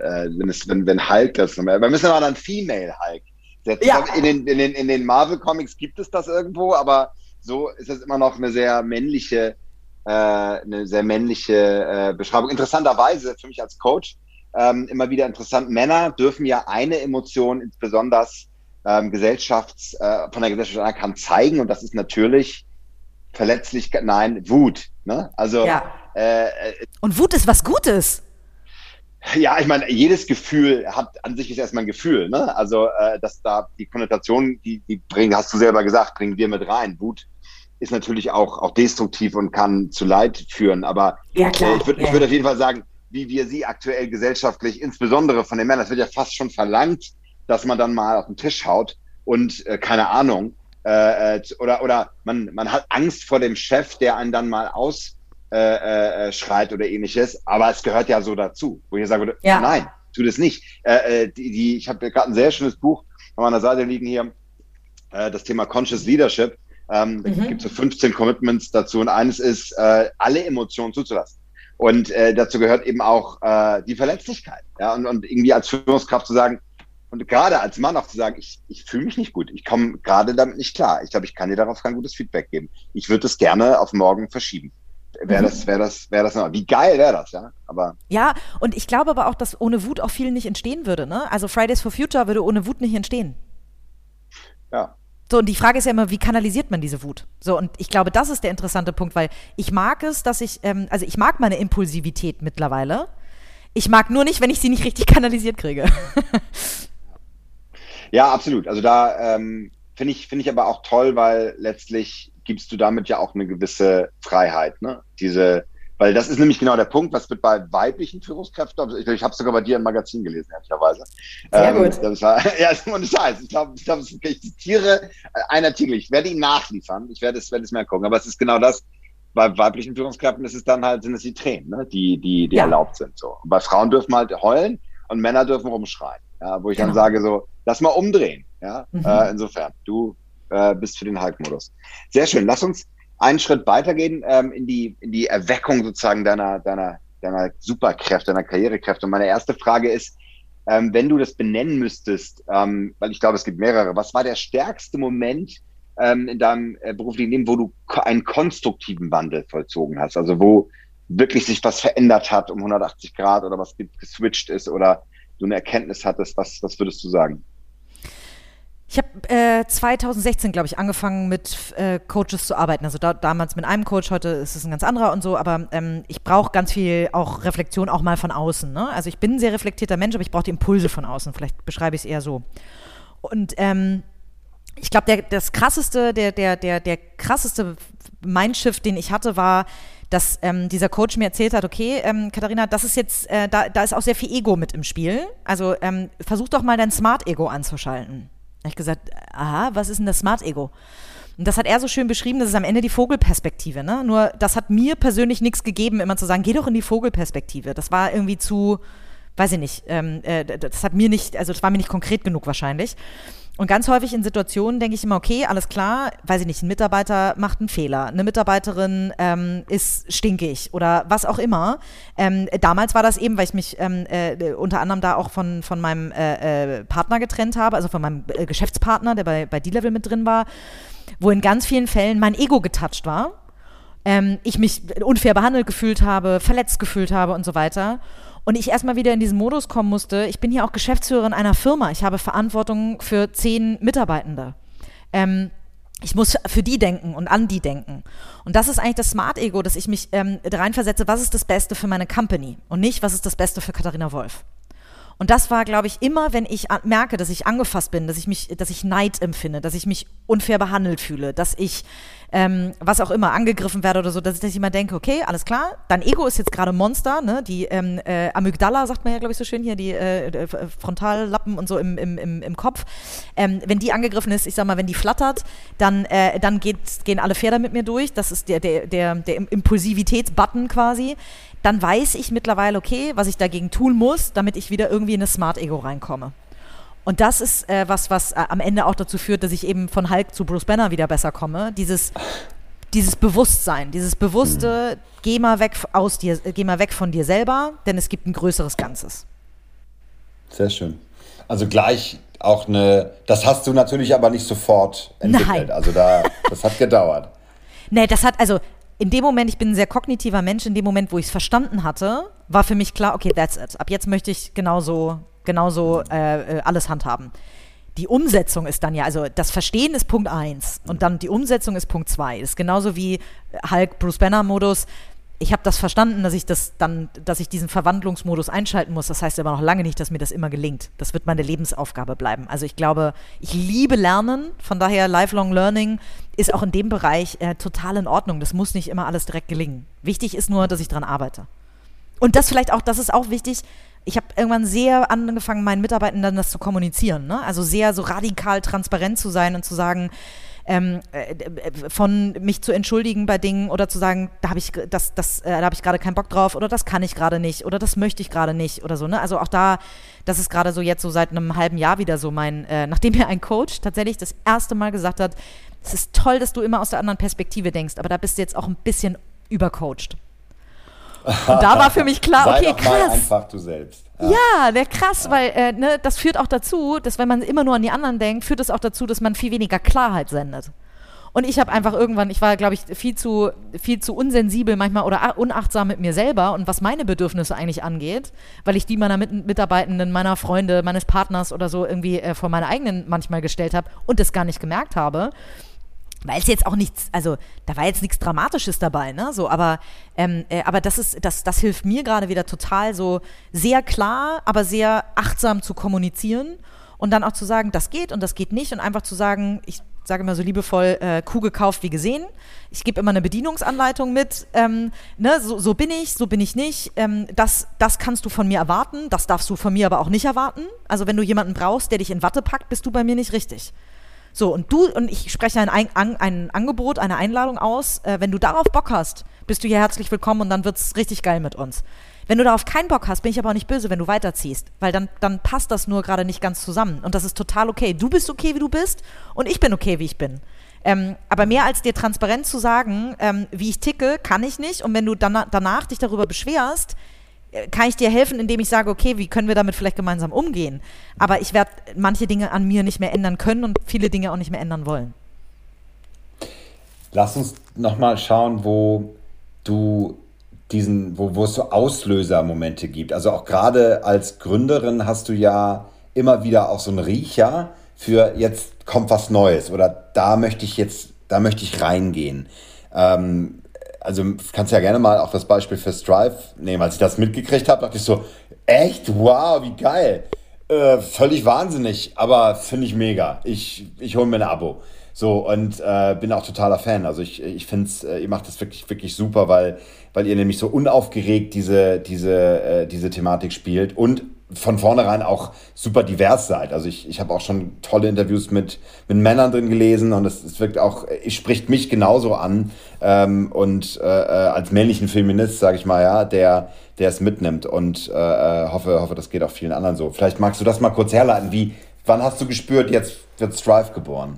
Speaker 3: wenn Hulk das nochmal, wir müssen aber dann Female Hulk. Ja. In den Marvel-Comics gibt es das irgendwo, aber so ist es immer noch eine sehr männliche Beschreibung. Interessanterweise für mich als Coach immer wieder interessant. Männer dürfen ja eine Emotion insbesondere von der Gesellschaft anerkannt zeigen, und das ist natürlich Wut. Ne? Also
Speaker 1: ja. Und Wut ist was Gutes.
Speaker 3: Ja, ich meine, jedes Gefühl an sich ist erstmal ein Gefühl, ne? Also, dass da die Konnotation, die hast du selber gesagt, bringen wir mit rein. Wut ist natürlich auch destruktiv und kann zu Leid führen, aber ja, klar. Ich würde auf jeden Fall sagen, wie wir sie aktuell gesellschaftlich, insbesondere von den Männern, das wird ja fast schon verlangt, dass man dann mal auf den Tisch haut. und keine Ahnung, oder man hat Angst vor dem Chef, der einen dann mal schreit oder ähnliches, aber es gehört ja so dazu, wo ich sagen würde, nein, tu das nicht. Ich habe gerade ein sehr schönes Buch an meiner Seite liegen hier, das Thema Conscious Leadership. Da gibt es so 15 Commitments dazu und eines ist, alle Emotionen zuzulassen. Und dazu gehört eben auch die Verletzlichkeit. Ja? Und irgendwie als Führungskraft zu sagen, und gerade als Mann auch zu sagen, ich fühle mich nicht gut, ich komme gerade damit nicht klar. Ich glaube, ich kann dir darauf kein gutes Feedback geben. Ich würde das gerne auf morgen verschieben. Wäre das noch. Wie geil wäre das, ja? Aber
Speaker 1: ja, und ich glaube aber auch, dass ohne Wut auch viel nicht entstehen würde, ne? Also Fridays for Future würde ohne Wut nicht entstehen.
Speaker 3: Ja.
Speaker 1: So, und die Frage ist ja immer, wie kanalisiert man diese Wut? So, und ich glaube, das ist der interessante Punkt, weil ich mag es, dass ich mag meine Impulsivität mittlerweile. Ich mag nur nicht, wenn ich sie nicht richtig kanalisiert kriege.
Speaker 3: Ja, absolut. Also da finde ich aber auch toll, weil letztlich gibst du damit ja auch eine gewisse Freiheit, ne? Weil das ist nämlich genau der Punkt, was wird bei weiblichen Führungskräften, ich habe es sogar bei dir im Magazin gelesen, ehrlicherweise.
Speaker 1: Sehr gut.
Speaker 3: Das war, ja, ohne Scheiß. Ich zitiere einen Artikel, ich werde ihn nachliefern, ich werde es mir angucken, aber es ist genau das, bei weiblichen Führungskräften ist es dann halt, sind es die Tränen, ne? die erlaubt sind. So. Und bei Frauen dürfen halt heulen und Männer dürfen rumschreien. Ja, wo ich dann sage so, lass mal umdrehen. Ja? Insofern, du bist für den Hulk-Modus. Sehr schön. Lass uns einen Schritt weitergehen in die Erweckung sozusagen deiner Superkräfte, deiner Karrierekräfte. Und meine erste Frage ist, wenn du das benennen müsstest, weil ich glaube, es gibt mehrere, was war der stärkste Moment in deinem beruflichen Leben, wo du einen konstruktiven Wandel vollzogen hast? Also wo wirklich sich was verändert hat um 180 Grad oder was geswitcht ist oder du eine Erkenntnis hattest, was würdest du sagen?
Speaker 1: Ich habe 2016, glaube ich, angefangen mit Coaches zu arbeiten. Also damals mit einem Coach, heute ist es ein ganz anderer und so, aber ich brauche ganz viel auch Reflexion auch mal von außen. Ne? Also ich bin ein sehr reflektierter Mensch, aber ich brauche die Impulse von außen. Vielleicht beschreibe ich es eher so. Und ich glaube, der krasseste Mindshift, den ich hatte, war, dass dieser Coach mir erzählt hat, okay, Katharina, das ist jetzt, da ist auch sehr viel Ego mit im Spiel. Also versuch doch mal dein Smart-Ego anzuschalten. Da habe ich gesagt, aha, was ist denn das Smart-Ego? Und das hat er so schön beschrieben, das ist am Ende die Vogelperspektive. Ne? Nur das hat mir persönlich nichts gegeben, immer zu sagen, geh doch in die Vogelperspektive. Das war irgendwie zu, weiß ich nicht, das war mir nicht konkret genug wahrscheinlich. Und ganz häufig in Situationen denke ich immer, okay, alles klar, weiß ich nicht, ein Mitarbeiter macht einen Fehler, eine Mitarbeiterin ist stinkig oder was auch immer. Damals war das eben, weil ich mich unter anderem da auch von meinem Partner getrennt habe, also von meinem Geschäftspartner, der bei D-Level mit drin war, wo in ganz vielen Fällen mein Ego getoucht war, ich mich unfair behandelt gefühlt habe, verletzt gefühlt habe und so weiter. Und ich erstmal wieder in diesen Modus kommen musste, ich bin hier auch Geschäftsführerin einer Firma, ich habe Verantwortung für 10 Mitarbeitende. Ich muss für die denken und an die denken. Und das ist eigentlich das Smart Ego, dass ich mich reinversetze, was ist das Beste für meine Company und nicht, was ist das Beste für Katharina Wolf. Und das war, glaube ich, immer, wenn ich merke, dass ich angefasst bin, dass ich Neid empfinde, dass ich mich unfair behandelt fühle, dass ich, was auch immer, angegriffen werde oder so, dass ich immer denke, okay, alles klar, dein Ego ist jetzt gerade Monster, ne? Die Amygdala, sagt man ja, glaube ich, so schön hier, die Frontallappen und so im Kopf. Wenn die angegriffen ist, ich sag mal, wenn die flattert, dann gehen alle Pferde mit mir durch, das ist der Impulsivitätsbutton quasi. Dann weiß ich mittlerweile, okay, was ich dagegen tun muss, damit ich wieder irgendwie in das Smart-Ego reinkomme. Und das ist was am Ende auch dazu führt, dass ich eben von Hulk zu Bruce Banner wieder besser komme. Dieses Bewusstsein, dieses bewusste, geh mal weg von dir selber, denn es gibt ein größeres Ganzes.
Speaker 2: Sehr schön. Also gleich auch das hast du natürlich aber nicht sofort entwickelt. Nein. Also das hat gedauert.
Speaker 1: Nee, in dem Moment, ich bin ein sehr kognitiver Mensch, in dem Moment, wo ich es verstanden hatte, war für mich klar, okay, that's it. Ab jetzt möchte ich genauso alles handhaben. Die Umsetzung ist dann ja, also das Verstehen ist Punkt 1 und dann die Umsetzung ist Punkt 2. Das ist genauso wie Hulk Bruce Banner Modus. Ich habe das verstanden, dass ich diesen Verwandlungsmodus einschalten muss. Das heißt aber noch lange nicht, dass mir das immer gelingt. Das wird meine Lebensaufgabe bleiben. Also ich glaube, ich liebe Lernen. Von daher Lifelong Learning ist auch in dem Bereich total in Ordnung. Das muss nicht immer alles direkt gelingen. Wichtig ist nur, dass ich dran arbeite. Und das ist auch wichtig, ich habe irgendwann sehr angefangen, meinen Mitarbeitenden das zu kommunizieren, ne? Also sehr so radikal transparent zu sein und zu sagen, von mich zu entschuldigen bei Dingen oder zu sagen, da habe ich gerade keinen Bock drauf oder das kann ich gerade nicht oder das möchte ich gerade nicht oder so, ne? Also auch da, das ist gerade so jetzt so seit einem halben Jahr wieder so nachdem mir ein Coach tatsächlich das erste Mal gesagt hat, es ist toll, dass du immer aus der anderen Perspektive denkst, aber da bist du jetzt auch ein bisschen übercoacht. Und da war für mich klar,
Speaker 2: Sei
Speaker 1: okay,
Speaker 2: doch mal
Speaker 1: krass.
Speaker 2: einfach du selbst.
Speaker 1: Ja, krass, weil das führt auch dazu, dass wenn man immer nur an die anderen denkt, führt das auch dazu, dass man viel weniger Klarheit sendet. Und ich habe einfach irgendwann, ich war, glaube ich, viel zu unsensibel manchmal oder unachtsam mit mir selber und was meine Bedürfnisse eigentlich angeht, weil ich die meiner Mitarbeitenden, meiner Freunde, meines Partners oder so irgendwie vor meine eigenen manchmal gestellt habe und das gar nicht gemerkt habe. Weil es jetzt auch nichts, also da war jetzt nichts Dramatisches dabei, ne? So, aber das hilft mir gerade wieder total so sehr klar, aber sehr achtsam zu kommunizieren und dann auch zu sagen, das geht und das geht nicht und einfach zu sagen, ich sage immer so liebevoll, Kuh gekauft wie gesehen. Ich gebe immer eine Bedienungsanleitung mit, ne? So bin ich nicht. Das kannst du von mir erwarten, das darfst du von mir aber auch nicht erwarten. Also wenn du jemanden brauchst, der dich in Watte packt, bist du bei mir nicht richtig. So, und ich spreche ein Angebot, eine Einladung aus. Wenn du darauf Bock hast, bist du hier herzlich willkommen und dann wird's richtig geil mit uns. Wenn du darauf keinen Bock hast, bin ich aber auch nicht böse, wenn du weiterziehst, weil dann passt das nur gerade nicht ganz zusammen. Und das ist total okay. Du bist okay, wie du bist und ich bin okay, wie ich bin. Aber mehr als dir transparent zu sagen, wie ich ticke, kann ich nicht. Und wenn du danach dich darüber beschwerst, kann ich dir helfen, indem ich sage, okay, wie können wir damit vielleicht gemeinsam umgehen? Aber ich werde manche Dinge an mir nicht mehr ändern können und viele Dinge auch nicht mehr ändern wollen.
Speaker 2: Lass uns nochmal schauen, wo es so Auslösermomente gibt. Also auch gerade als Gründerin hast du ja immer wieder auch so einen Riecher für jetzt kommt was Neues oder da möchte ich reingehen. Also kannst ja gerne mal auch das Beispiel für Strive nehmen. Als ich das mitgekriegt habe, dachte ich so, echt? Wow, wie geil. Völlig wahnsinnig, aber finde ich mega. Ich hole mir ein Abo. So, und bin auch totaler Fan. Also ich finde es, ihr macht das wirklich, wirklich super, weil ihr nämlich so unaufgeregt diese Thematik spielt und von vornherein auch super divers seid. Also ich habe auch schon tolle Interviews mit Männern drin gelesen und es wirkt auch, es spricht mich genauso an und als männlichen Feminist, sage ich mal, ja, der es mitnimmt und hoffe, das geht auch vielen anderen so. Vielleicht magst du das mal kurz herleiten. Wann hast du gespürt, jetzt wird Strive geboren?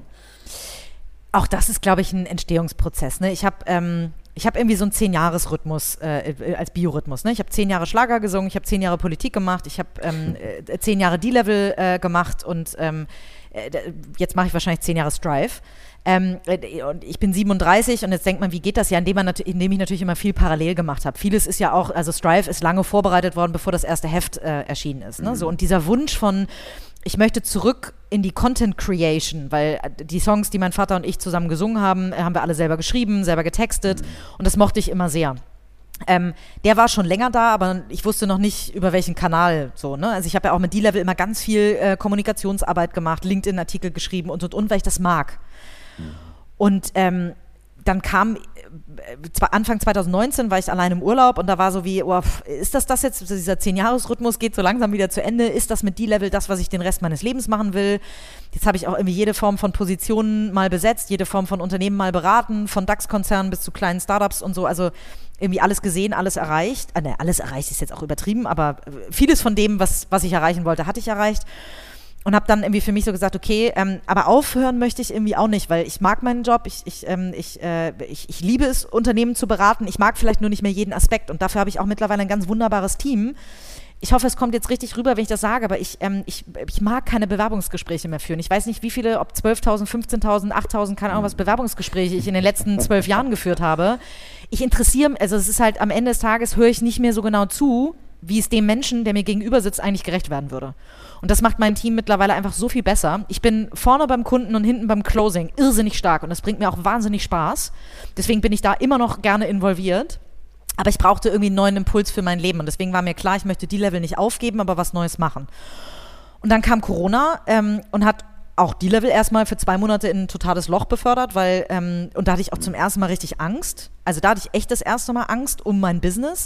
Speaker 1: Auch das ist, glaube ich, ein Entstehungsprozess. Ne? Ich habe irgendwie so einen 10-Jahres-Rhythmus als Biorhythmus. Ne? Ich habe 10 Jahre Schlager gesungen, ich habe 10 Jahre Politik gemacht, ich habe 10 Jahre D-Level gemacht und jetzt mache ich wahrscheinlich 10 Jahre Strive. Und ich bin 37 und jetzt denkt man, wie geht das ja, indem ich natürlich immer viel parallel gemacht habe. Vieles ist ja auch, also Strive ist lange vorbereitet worden, bevor das erste Heft erschienen ist. Ne? So, und dieser Wunsch von, ich möchte zurück in die Content Creation, weil die Songs, die mein Vater und ich zusammen gesungen haben, haben wir alle selber geschrieben, selber getextet und das mochte ich immer sehr. Der war schon länger da, aber ich wusste noch nicht, über welchen Kanal so, ne? Also ich habe ja auch mit D-Level immer ganz viel Kommunikationsarbeit gemacht, LinkedIn-Artikel geschrieben und, weil ich das mag. Und dann kam Anfang 2019 war ich allein im Urlaub und da war so wie, oh, ist das jetzt, dieser 10-Jahres-Rhythmus geht so langsam wieder zu Ende, ist das mit D-Level das, was ich den Rest meines Lebens machen will? Jetzt habe ich auch irgendwie jede Form von Positionen mal besetzt, jede Form von Unternehmen mal beraten, von DAX-Konzernen bis zu kleinen Startups und so, also irgendwie alles gesehen, alles erreicht. Alles erreicht ist jetzt auch übertrieben, aber vieles von dem, was ich erreichen wollte, hatte ich erreicht. Und habe dann irgendwie für mich so gesagt, okay, aber aufhören möchte ich irgendwie auch nicht, weil ich mag meinen Job, ich liebe es, Unternehmen zu beraten, ich mag vielleicht nur nicht mehr jeden Aspekt und dafür habe ich auch mittlerweile ein ganz wunderbares Team. Ich hoffe, es kommt jetzt richtig rüber, wenn ich das sage, aber ich mag keine Bewerbungsgespräche mehr führen. Ich weiß nicht, wie viele, ob 12.000, 15.000, 8.000, keine Ahnung was, Bewerbungsgespräche ich in den letzten 12 Jahren geführt habe. Also es ist halt, am Ende des Tages höre ich nicht mehr so genau zu, wie es dem Menschen, der mir gegenüber sitzt, eigentlich gerecht werden würde. Und das macht mein Team mittlerweile einfach so viel besser. Ich bin vorne beim Kunden und hinten beim Closing irrsinnig stark und das bringt mir auch wahnsinnig Spaß. Deswegen bin ich da immer noch gerne involviert. Aber ich brauchte irgendwie einen neuen Impuls für mein Leben und deswegen war mir klar, ich möchte D-Level nicht aufgeben, aber was Neues machen. Und dann kam Corona und hat auch D-Level erstmal für 2 Monate in ein totales Loch befördert, und da hatte ich auch zum ersten Mal richtig Angst. Also da hatte ich echt das erste Mal Angst um mein Business,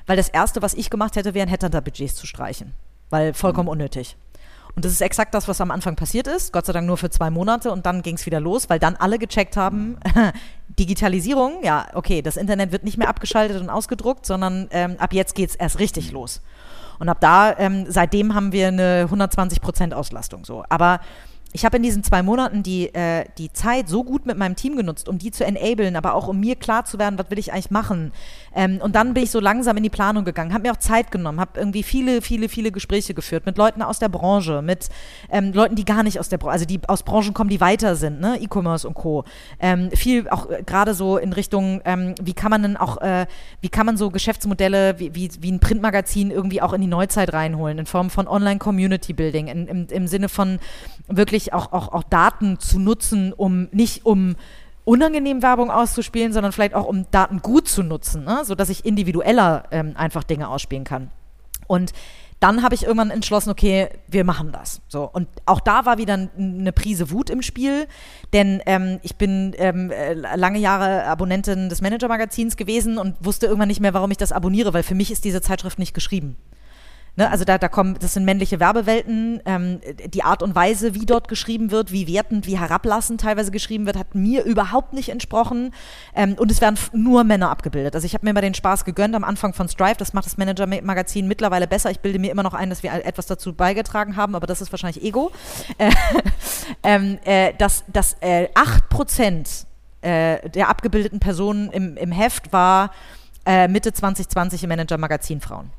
Speaker 1: weil das Erste, was ich gemacht hätte, wären Headhunter-Budgets zu streichen, weil vollkommen unnötig. Und das ist exakt das, was am Anfang passiert ist, Gott sei Dank nur für 2 Monate und dann ging es wieder los, weil dann alle gecheckt haben, Digitalisierung, ja, okay, das Internet wird nicht mehr abgeschaltet und ausgedruckt, sondern ab jetzt geht es erst richtig los. Und ab da, seitdem haben wir eine 120% Auslastung so. Aber ich habe in diesen 2 Monaten die Zeit so gut mit meinem Team genutzt, um die zu enablen, aber auch um mir klar zu werden, was will ich eigentlich machen. Und dann bin ich so langsam in die Planung gegangen, habe mir auch Zeit genommen, habe irgendwie viele Gespräche geführt mit Leuten aus der Branche, mit Leuten, die gar nicht aus der Branche, also die aus Branchen kommen, die weiter sind, ne? E-Commerce und Co. Viel auch gerade so in Richtung, wie kann man so Geschäftsmodelle wie ein Printmagazin irgendwie auch in die Neuzeit reinholen, in Form von Online-Community-Building, im Sinne von wirklich auch Daten zu nutzen, um unangenehm Werbung auszuspielen, sondern vielleicht auch um Daten gut zu nutzen, ne? Sodass ich individueller einfach Dinge ausspielen kann. Und dann habe ich irgendwann entschlossen, okay, wir machen das. So. Und auch da war wieder eine Prise Wut im Spiel, denn ich bin lange Jahre Abonnentin des Manager-Magazins gewesen und wusste irgendwann nicht mehr, warum ich das abonniere, weil für mich ist diese Zeitschrift nicht geschrieben. Ne, also das sind männliche Werbewelten, die Art und Weise, wie dort geschrieben wird, wie wertend, wie herablassend teilweise geschrieben wird, hat mir überhaupt nicht entsprochen, und es werden nur Männer abgebildet. Also ich habe mir mal den Spaß gegönnt am Anfang von Strive, das macht das Manager-Magazin mittlerweile besser, ich bilde mir immer noch ein, dass wir etwas dazu beigetragen haben, aber das ist wahrscheinlich Ego, dass 8% der abgebildeten Personen im Heft war Mitte 2020 im Manager-Magazin Frauen.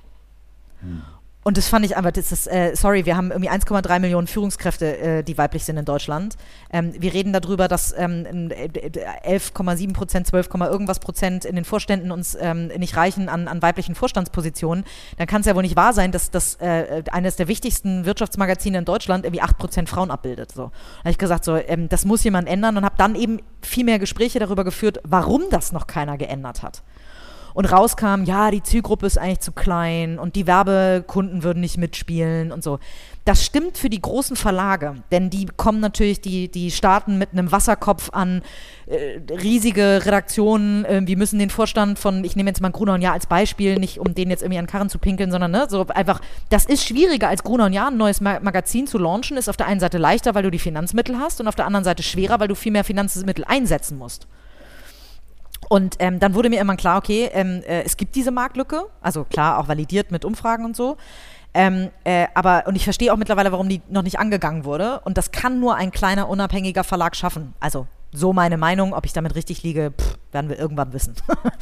Speaker 1: Und das fand ich einfach, wir haben irgendwie 1,3 Millionen Führungskräfte, die weiblich sind in Deutschland. Wir reden darüber, dass 11,7%, 12, irgendwas Prozent in den Vorständen uns nicht reichen an weiblichen Vorstandspositionen. Dann kann es ja wohl nicht wahr sein, dass eines der wichtigsten Wirtschaftsmagazine in Deutschland irgendwie 8% Frauen abbildet. So. Da habe ich gesagt, das muss jemand ändern und habe dann eben viel mehr Gespräche darüber geführt, warum das noch keiner geändert hat. Und rauskam, ja, die Zielgruppe ist eigentlich zu klein und die Werbekunden würden nicht mitspielen und so. Das stimmt für die großen Verlage, denn die kommen natürlich, die starten mit einem Wasserkopf an riesige Redaktionen, wir müssen den Vorstand von, ich nehme jetzt mal Gruner + Jahr als Beispiel, nicht um den jetzt irgendwie an Karren zu pinkeln, sondern ne, so einfach, das ist schwieriger als Gruner + Jahr ein neues Magazin zu launchen, ist auf der einen Seite leichter, weil du die Finanzmittel hast und auf der anderen Seite schwerer, weil du viel mehr Finanzmittel einsetzen musst. Und dann wurde mir irgendwann klar, okay, es gibt diese Marktlücke, also klar, auch validiert mit Umfragen und so, und ich verstehe auch mittlerweile, warum die noch nicht angegangen wurde und das kann nur ein kleiner, unabhängiger Verlag schaffen. Also so meine Meinung, ob ich damit richtig liege, werden wir irgendwann wissen.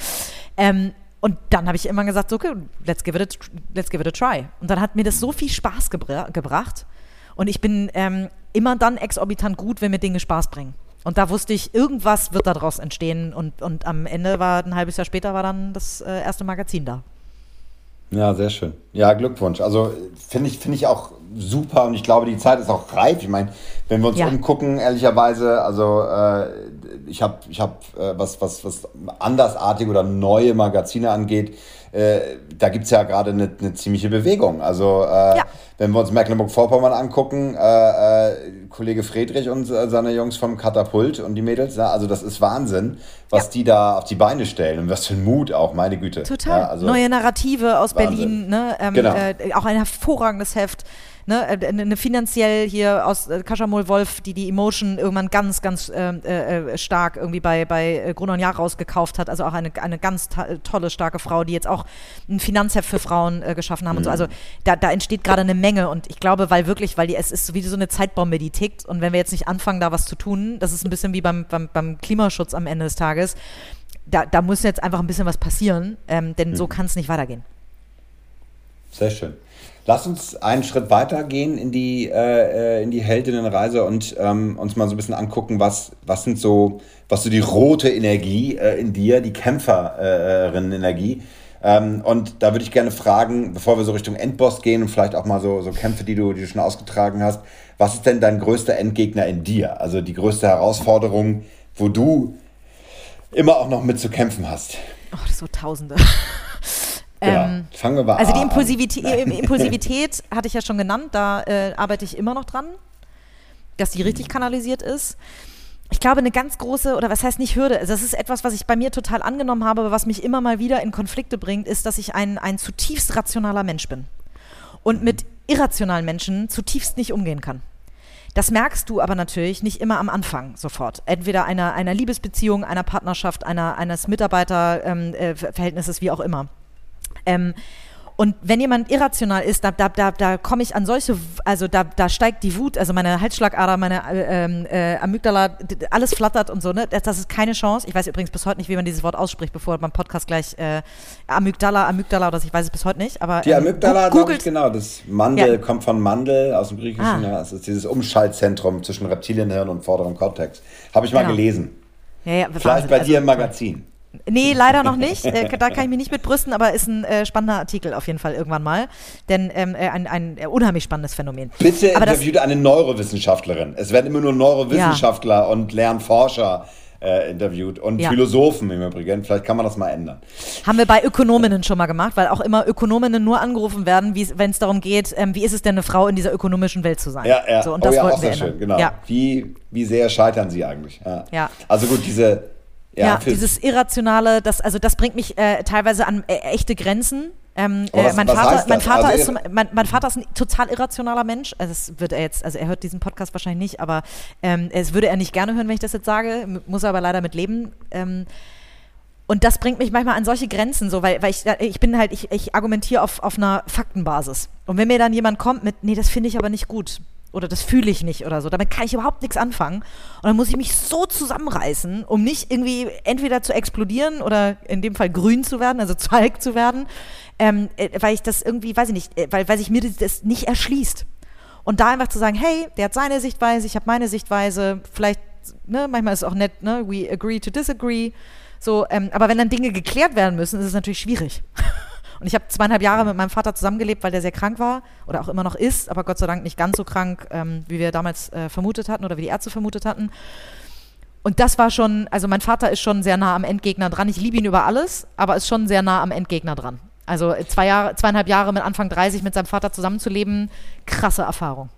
Speaker 1: Und dann habe ich immer gesagt, okay, let's give it a try. Und dann hat mir das so viel Spaß gebracht und ich bin immer dann exorbitant gut, wenn mir Dinge Spaß bringen. Und da wusste ich, irgendwas wird daraus entstehen und am Ende ein halbes Jahr später war dann das erste Magazin da.
Speaker 2: Ja, sehr schön. Ja, Glückwunsch. Also finde ich auch super und ich glaube, die Zeit ist auch reif. Ich meine, wenn wir uns umgucken, ehrlicherweise, also ich hab was andersartige oder neue Magazine angeht, da gibt es ja gerade eine ziemliche Bewegung. Also wenn wir uns Mecklenburg-Vorpommern angucken, Kollege Friedrich und seine Jungs vom Katapult und die Mädels, ja, also das ist Wahnsinn, was die da auf die Beine stellen und was für ein Mut auch, meine Güte.
Speaker 1: Total. Ja, also neue Narrative aus Wahnsinn. Berlin, ne? Genau. Auch ein hervorragendes Heft. Ne, eine finanziell hier aus Kaschamol Wolf, die Emotion irgendwann ganz stark irgendwie bei Gruner + Jahr rausgekauft hat, also auch eine ganz tolle, starke Frau, die jetzt auch ein Finanzheft für Frauen geschaffen haben und so, also da entsteht gerade eine Menge und ich glaube, weil es ist wie so eine Zeitbombe, die tickt und wenn wir jetzt nicht anfangen, da was zu tun, das ist ein bisschen wie beim Klimaschutz am Ende des Tages, da muss jetzt einfach ein bisschen was passieren, denn so kann es nicht weitergehen.
Speaker 2: Sehr schön. Lass uns einen Schritt weiter gehen in die Heldinnenreise und uns mal so ein bisschen angucken, was so die rote Energie in dir, die Kämpferinnen-Energie. Und da würde ich gerne fragen, bevor wir so Richtung Endboss gehen und vielleicht auch mal so Kämpfe, die du schon ausgetragen hast, was ist denn dein größter Endgegner in dir? Also die größte Herausforderung, wo du immer auch noch mit zu kämpfen hast?
Speaker 1: Ach, das sind so Tausende.
Speaker 2: Genau. Fangen wir mal an.
Speaker 1: Also die Impulsivität hatte ich ja schon genannt, da arbeite ich immer noch dran, dass die richtig kanalisiert ist. ich glaube, eine ganz große, oder was heißt nicht Hürde, also das ist etwas, was ich bei mir total angenommen habe, aber was mich immer mal wieder in Konflikte bringt, ist, dass ich ein zutiefst rationaler Mensch bin und mit irrationalen Menschen zutiefst nicht umgehen kann. Das merkst du aber natürlich nicht immer am Anfang sofort. Entweder einer Liebesbeziehung, einer Partnerschaft, eines Mitarbeiterverhältnisses, wie auch immer. Und wenn jemand irrational ist, da komme ich an solche, also da steigt die Wut, also meine Halsschlagader, meine Amygdala, alles flattert und so, ne? Das ist keine Chance. Ich weiß übrigens bis heute nicht, wie man dieses Wort ausspricht, bevor beim Podcast gleich Amygdala oder ich weiß es bis heute nicht. Aber
Speaker 2: die Amygdala, googelt, genau, das Mandel kommt von Mandel aus dem Griechischen. Ja, das ist dieses Umschaltzentrum zwischen Reptilienhirn und vorderem Kortex. Habe ich mal gelesen. Ja, vielleicht bei dir im Magazin.
Speaker 1: Nee, leider noch nicht. Da kann ich mich nicht mit brüsten, aber ist ein spannender Artikel auf jeden Fall irgendwann mal. Denn ein unheimlich spannendes Phänomen.
Speaker 2: Bitte interviewt eine Neurowissenschaftlerin. Es werden immer nur Neurowissenschaftler und Lernforscher interviewt und Philosophen im Übrigen. Vielleicht kann man das mal ändern.
Speaker 1: Haben wir bei Ökonominnen schon mal gemacht, weil auch immer Ökonominnen nur angerufen werden, wenn es darum geht, wie ist es denn, eine Frau in dieser ökonomischen Welt zu sein.
Speaker 2: Ja.
Speaker 1: So, und das wollten
Speaker 2: auch
Speaker 1: wir
Speaker 2: sehr
Speaker 1: ändern.
Speaker 2: Schön, genau.
Speaker 1: Ja.
Speaker 2: Wie sehr scheitern sie eigentlich? Ja. Also gut,
Speaker 1: dieses Irrationale, das bringt mich teilweise an echte Grenzen. Mein Vater ist ein total irrationaler Mensch. Also er hört diesen Podcast wahrscheinlich nicht, aber es würde er nicht gerne hören, wenn ich das jetzt sage, muss er aber leider mit leben. Und das bringt mich manchmal an solche Grenzen, so, weil ich argumentiere auf einer Faktenbasis. Und wenn mir dann jemand kommt mit, nee, das finde ich aber nicht gut. Oder das fühle ich nicht oder so. Damit kann ich überhaupt nichts anfangen. Und dann muss ich mich so zusammenreißen, um nicht irgendwie entweder zu explodieren oder in dem Fall grün zu werden, also zu Hulk zu werden, weil ich das irgendwie, weiß ich nicht, weil sich mir das nicht erschließt. Und da einfach zu sagen, hey, der hat seine Sichtweise, ich habe meine Sichtweise, vielleicht, ne, manchmal ist es auch nett, ne, we agree to disagree, so, aber wenn dann Dinge geklärt werden müssen, ist es natürlich schwierig. Und ich habe 2,5 Jahre mit meinem Vater zusammengelebt, weil der sehr krank war oder auch immer noch ist, aber Gott sei Dank nicht ganz so krank, wie wir damals vermutet hatten oder wie die Ärzte vermutet hatten. Und das war schon, also mein Vater ist schon sehr nah am Endgegner dran. Ich liebe ihn über alles, aber ist schon sehr nah am Endgegner dran. Also 2,5 Jahre mit Anfang 30 mit seinem Vater zusammenzuleben, krasse Erfahrung.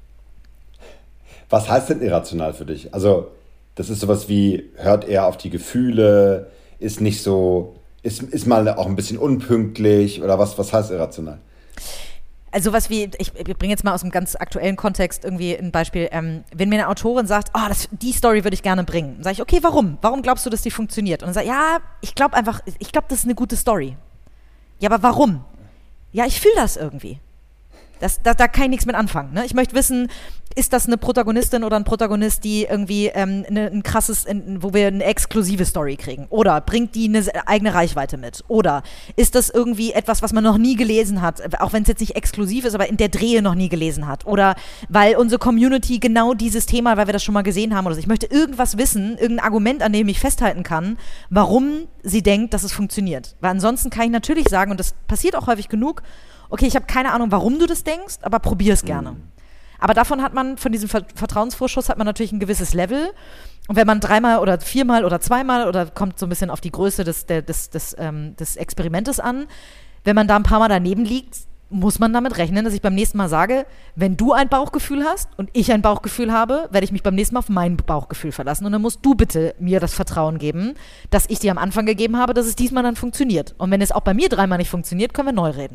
Speaker 2: Was heißt denn irrational für dich? Also das ist sowas wie, hört er auf die Gefühle, ist nicht so... Ist mal auch ein bisschen unpünktlich oder was heißt irrational?
Speaker 1: Also was wie, ich bringe jetzt mal aus einem ganz aktuellen Kontext irgendwie ein Beispiel, wenn mir eine Autorin sagt, die Story würde ich gerne bringen, dann sage ich, okay, warum? Warum glaubst du, dass die funktioniert? Und dann sage ich, ich glaube, das ist eine gute Story. Ja, aber warum? Ja, ich fühle das irgendwie. Da kann ich nichts mit anfangen. Ne? Ich möchte wissen, ist das eine Protagonistin oder ein Protagonist, die irgendwie ein krasses, wo wir eine exklusive Story kriegen? Oder bringt die eine eigene Reichweite mit? Oder ist das irgendwie etwas, was man noch nie gelesen hat, auch wenn es jetzt nicht exklusiv ist, aber in der Drehe noch nie gelesen hat? Oder weil unsere Community genau dieses Thema, weil wir das schon mal gesehen haben oder so. Ich möchte irgendwas wissen, irgendein Argument, an dem ich festhalten kann, warum sie denkt, dass es funktioniert. Weil ansonsten kann ich natürlich sagen, und das passiert auch häufig genug, okay, ich habe keine Ahnung, warum du das denkst, aber probier es gerne. Aber von diesem Vertrauensvorschuss hat man natürlich ein gewisses Level. Und wenn man 3-mal oder 4-mal oder 2-mal oder kommt so ein bisschen auf die Größe des Experimentes an, wenn man da ein paar Mal daneben liegt, muss man damit rechnen, dass ich beim nächsten Mal sage, wenn du ein Bauchgefühl hast und ich ein Bauchgefühl habe, werde ich mich beim nächsten Mal auf mein Bauchgefühl verlassen. Und dann musst du bitte mir das Vertrauen geben, das ich dir am Anfang gegeben habe, dass es diesmal dann funktioniert. Und wenn es auch bei mir 3-mal nicht funktioniert, können wir neu reden.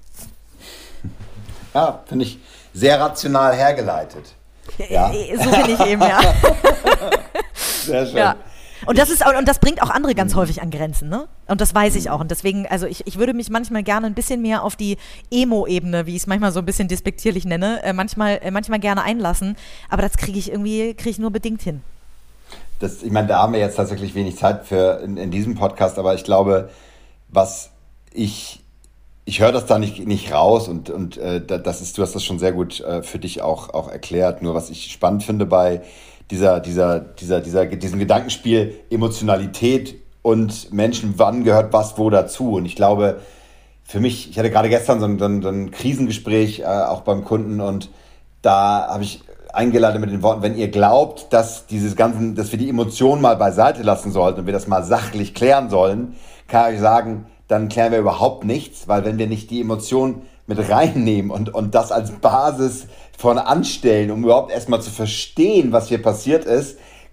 Speaker 2: Ja, finde ich sehr rational hergeleitet. Ja.
Speaker 1: So bin ich eben, ja.
Speaker 2: Sehr schön.
Speaker 1: Ja. Und das bringt auch andere ganz häufig an Grenzen, ne? Und das weiß ich auch. Und deswegen, also ich würde mich manchmal gerne ein bisschen mehr auf die Emo-Ebene, wie ich es manchmal so ein bisschen despektierlich nenne, manchmal gerne einlassen. Aber das kriege ich nur bedingt hin.
Speaker 2: Ich meine, da haben wir jetzt tatsächlich wenig Zeit für in diesem Podcast, aber ich glaube, ich höre das da nicht raus und du hast das schon sehr gut für dich auch erklärt. Nur was ich spannend finde bei diesem Gedankenspiel Emotionalität und Menschen, wann gehört was wo dazu? Und ich glaube, für mich, ich hatte gerade gestern so ein Krisengespräch auch beim Kunden und da habe ich eingeleitet mit den Worten, wenn ihr glaubt, dass dass wir die Emotionen mal beiseite lassen sollten und wir das mal sachlich klären sollen, kann ich euch sagen, dann klären wir überhaupt nichts, weil wenn wir nicht die Emotionen mit reinnehmen und das als Basis vorne anstellen, um überhaupt erstmal zu verstehen, was hier passiert ist,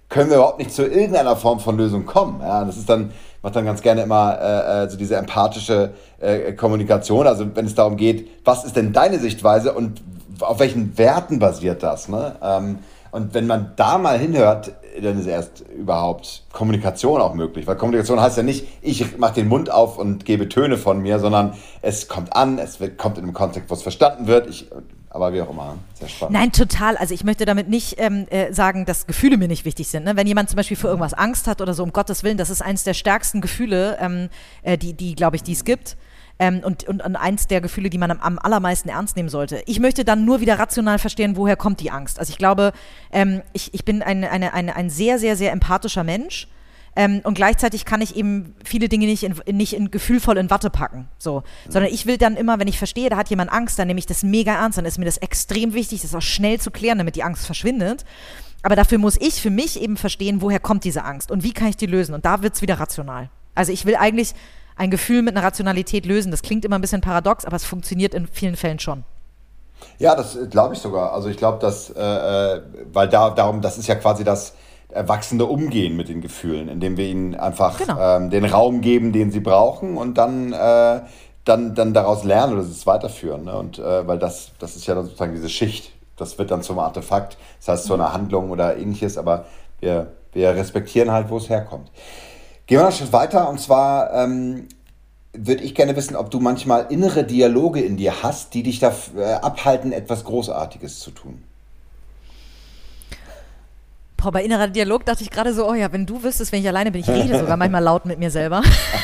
Speaker 3: können wir überhaupt nicht zu irgendeiner Form von Lösung kommen. Ja, das ist dann, macht dann ganz gerne immer so diese empathische Kommunikation, also wenn es darum geht, was ist denn deine Sichtweise und auf welchen Werten basiert das, ne? Und wenn man da mal hinhört, dann ist erst überhaupt Kommunikation auch möglich. Weil Kommunikation heißt ja nicht, ich mache den Mund auf und gebe Töne von mir, sondern es kommt an, kommt in einem Kontext, wo es verstanden wird. Aber wie auch immer, sehr spannend.
Speaker 1: Nein, total. Also ich möchte damit nicht sagen, dass Gefühle mir nicht wichtig sind. Ne? Wenn jemand zum Beispiel vor irgendwas Angst hat oder so, um Gottes Willen, das ist eines der stärksten Gefühle, die glaube ich, die es gibt. Und eins der Gefühle, die man am allermeisten ernst nehmen sollte. Ich möchte dann nur wieder rational verstehen, woher kommt die Angst. Also ich glaube, ich bin ein sehr, sehr, sehr empathischer Mensch. Und gleichzeitig kann ich eben viele Dinge nicht gefühlvoll in Watte packen. So. Sondern ich will dann immer, wenn ich verstehe, da hat jemand Angst, dann nehme ich das mega ernst, dann ist mir das extrem wichtig, das auch schnell zu klären, damit die Angst verschwindet. Aber dafür muss ich für mich eben verstehen, woher kommt diese Angst und wie kann ich die lösen. Und da wird es wieder rational. Also ich will eigentlich ein Gefühl mit einer Rationalität lösen. Das klingt immer ein bisschen paradox, aber es funktioniert in vielen Fällen schon.
Speaker 3: Ja, das glaube ich sogar. Also ich glaube, dass, weil das ist ja quasi das erwachsene Umgehen mit den Gefühlen, indem wir ihnen einfach den Raum geben, den sie brauchen und dann daraus lernen oder es weiterführen. Ne? Und weil das ist ja dann sozusagen diese Schicht. Das wird dann zum Artefakt, das heißt zu einer Handlung oder ähnliches, aber wir respektieren halt, wo es herkommt. Gehen wir noch einen Schritt weiter und zwar würde ich gerne wissen, ob du manchmal innere Dialoge in dir hast, die dich da abhalten, etwas Großartiges zu tun.
Speaker 1: Boah, bei innerer Dialog dachte ich gerade so, oh ja, wenn du wüsstest, wenn ich alleine bin, ich rede sogar manchmal laut mit mir selber.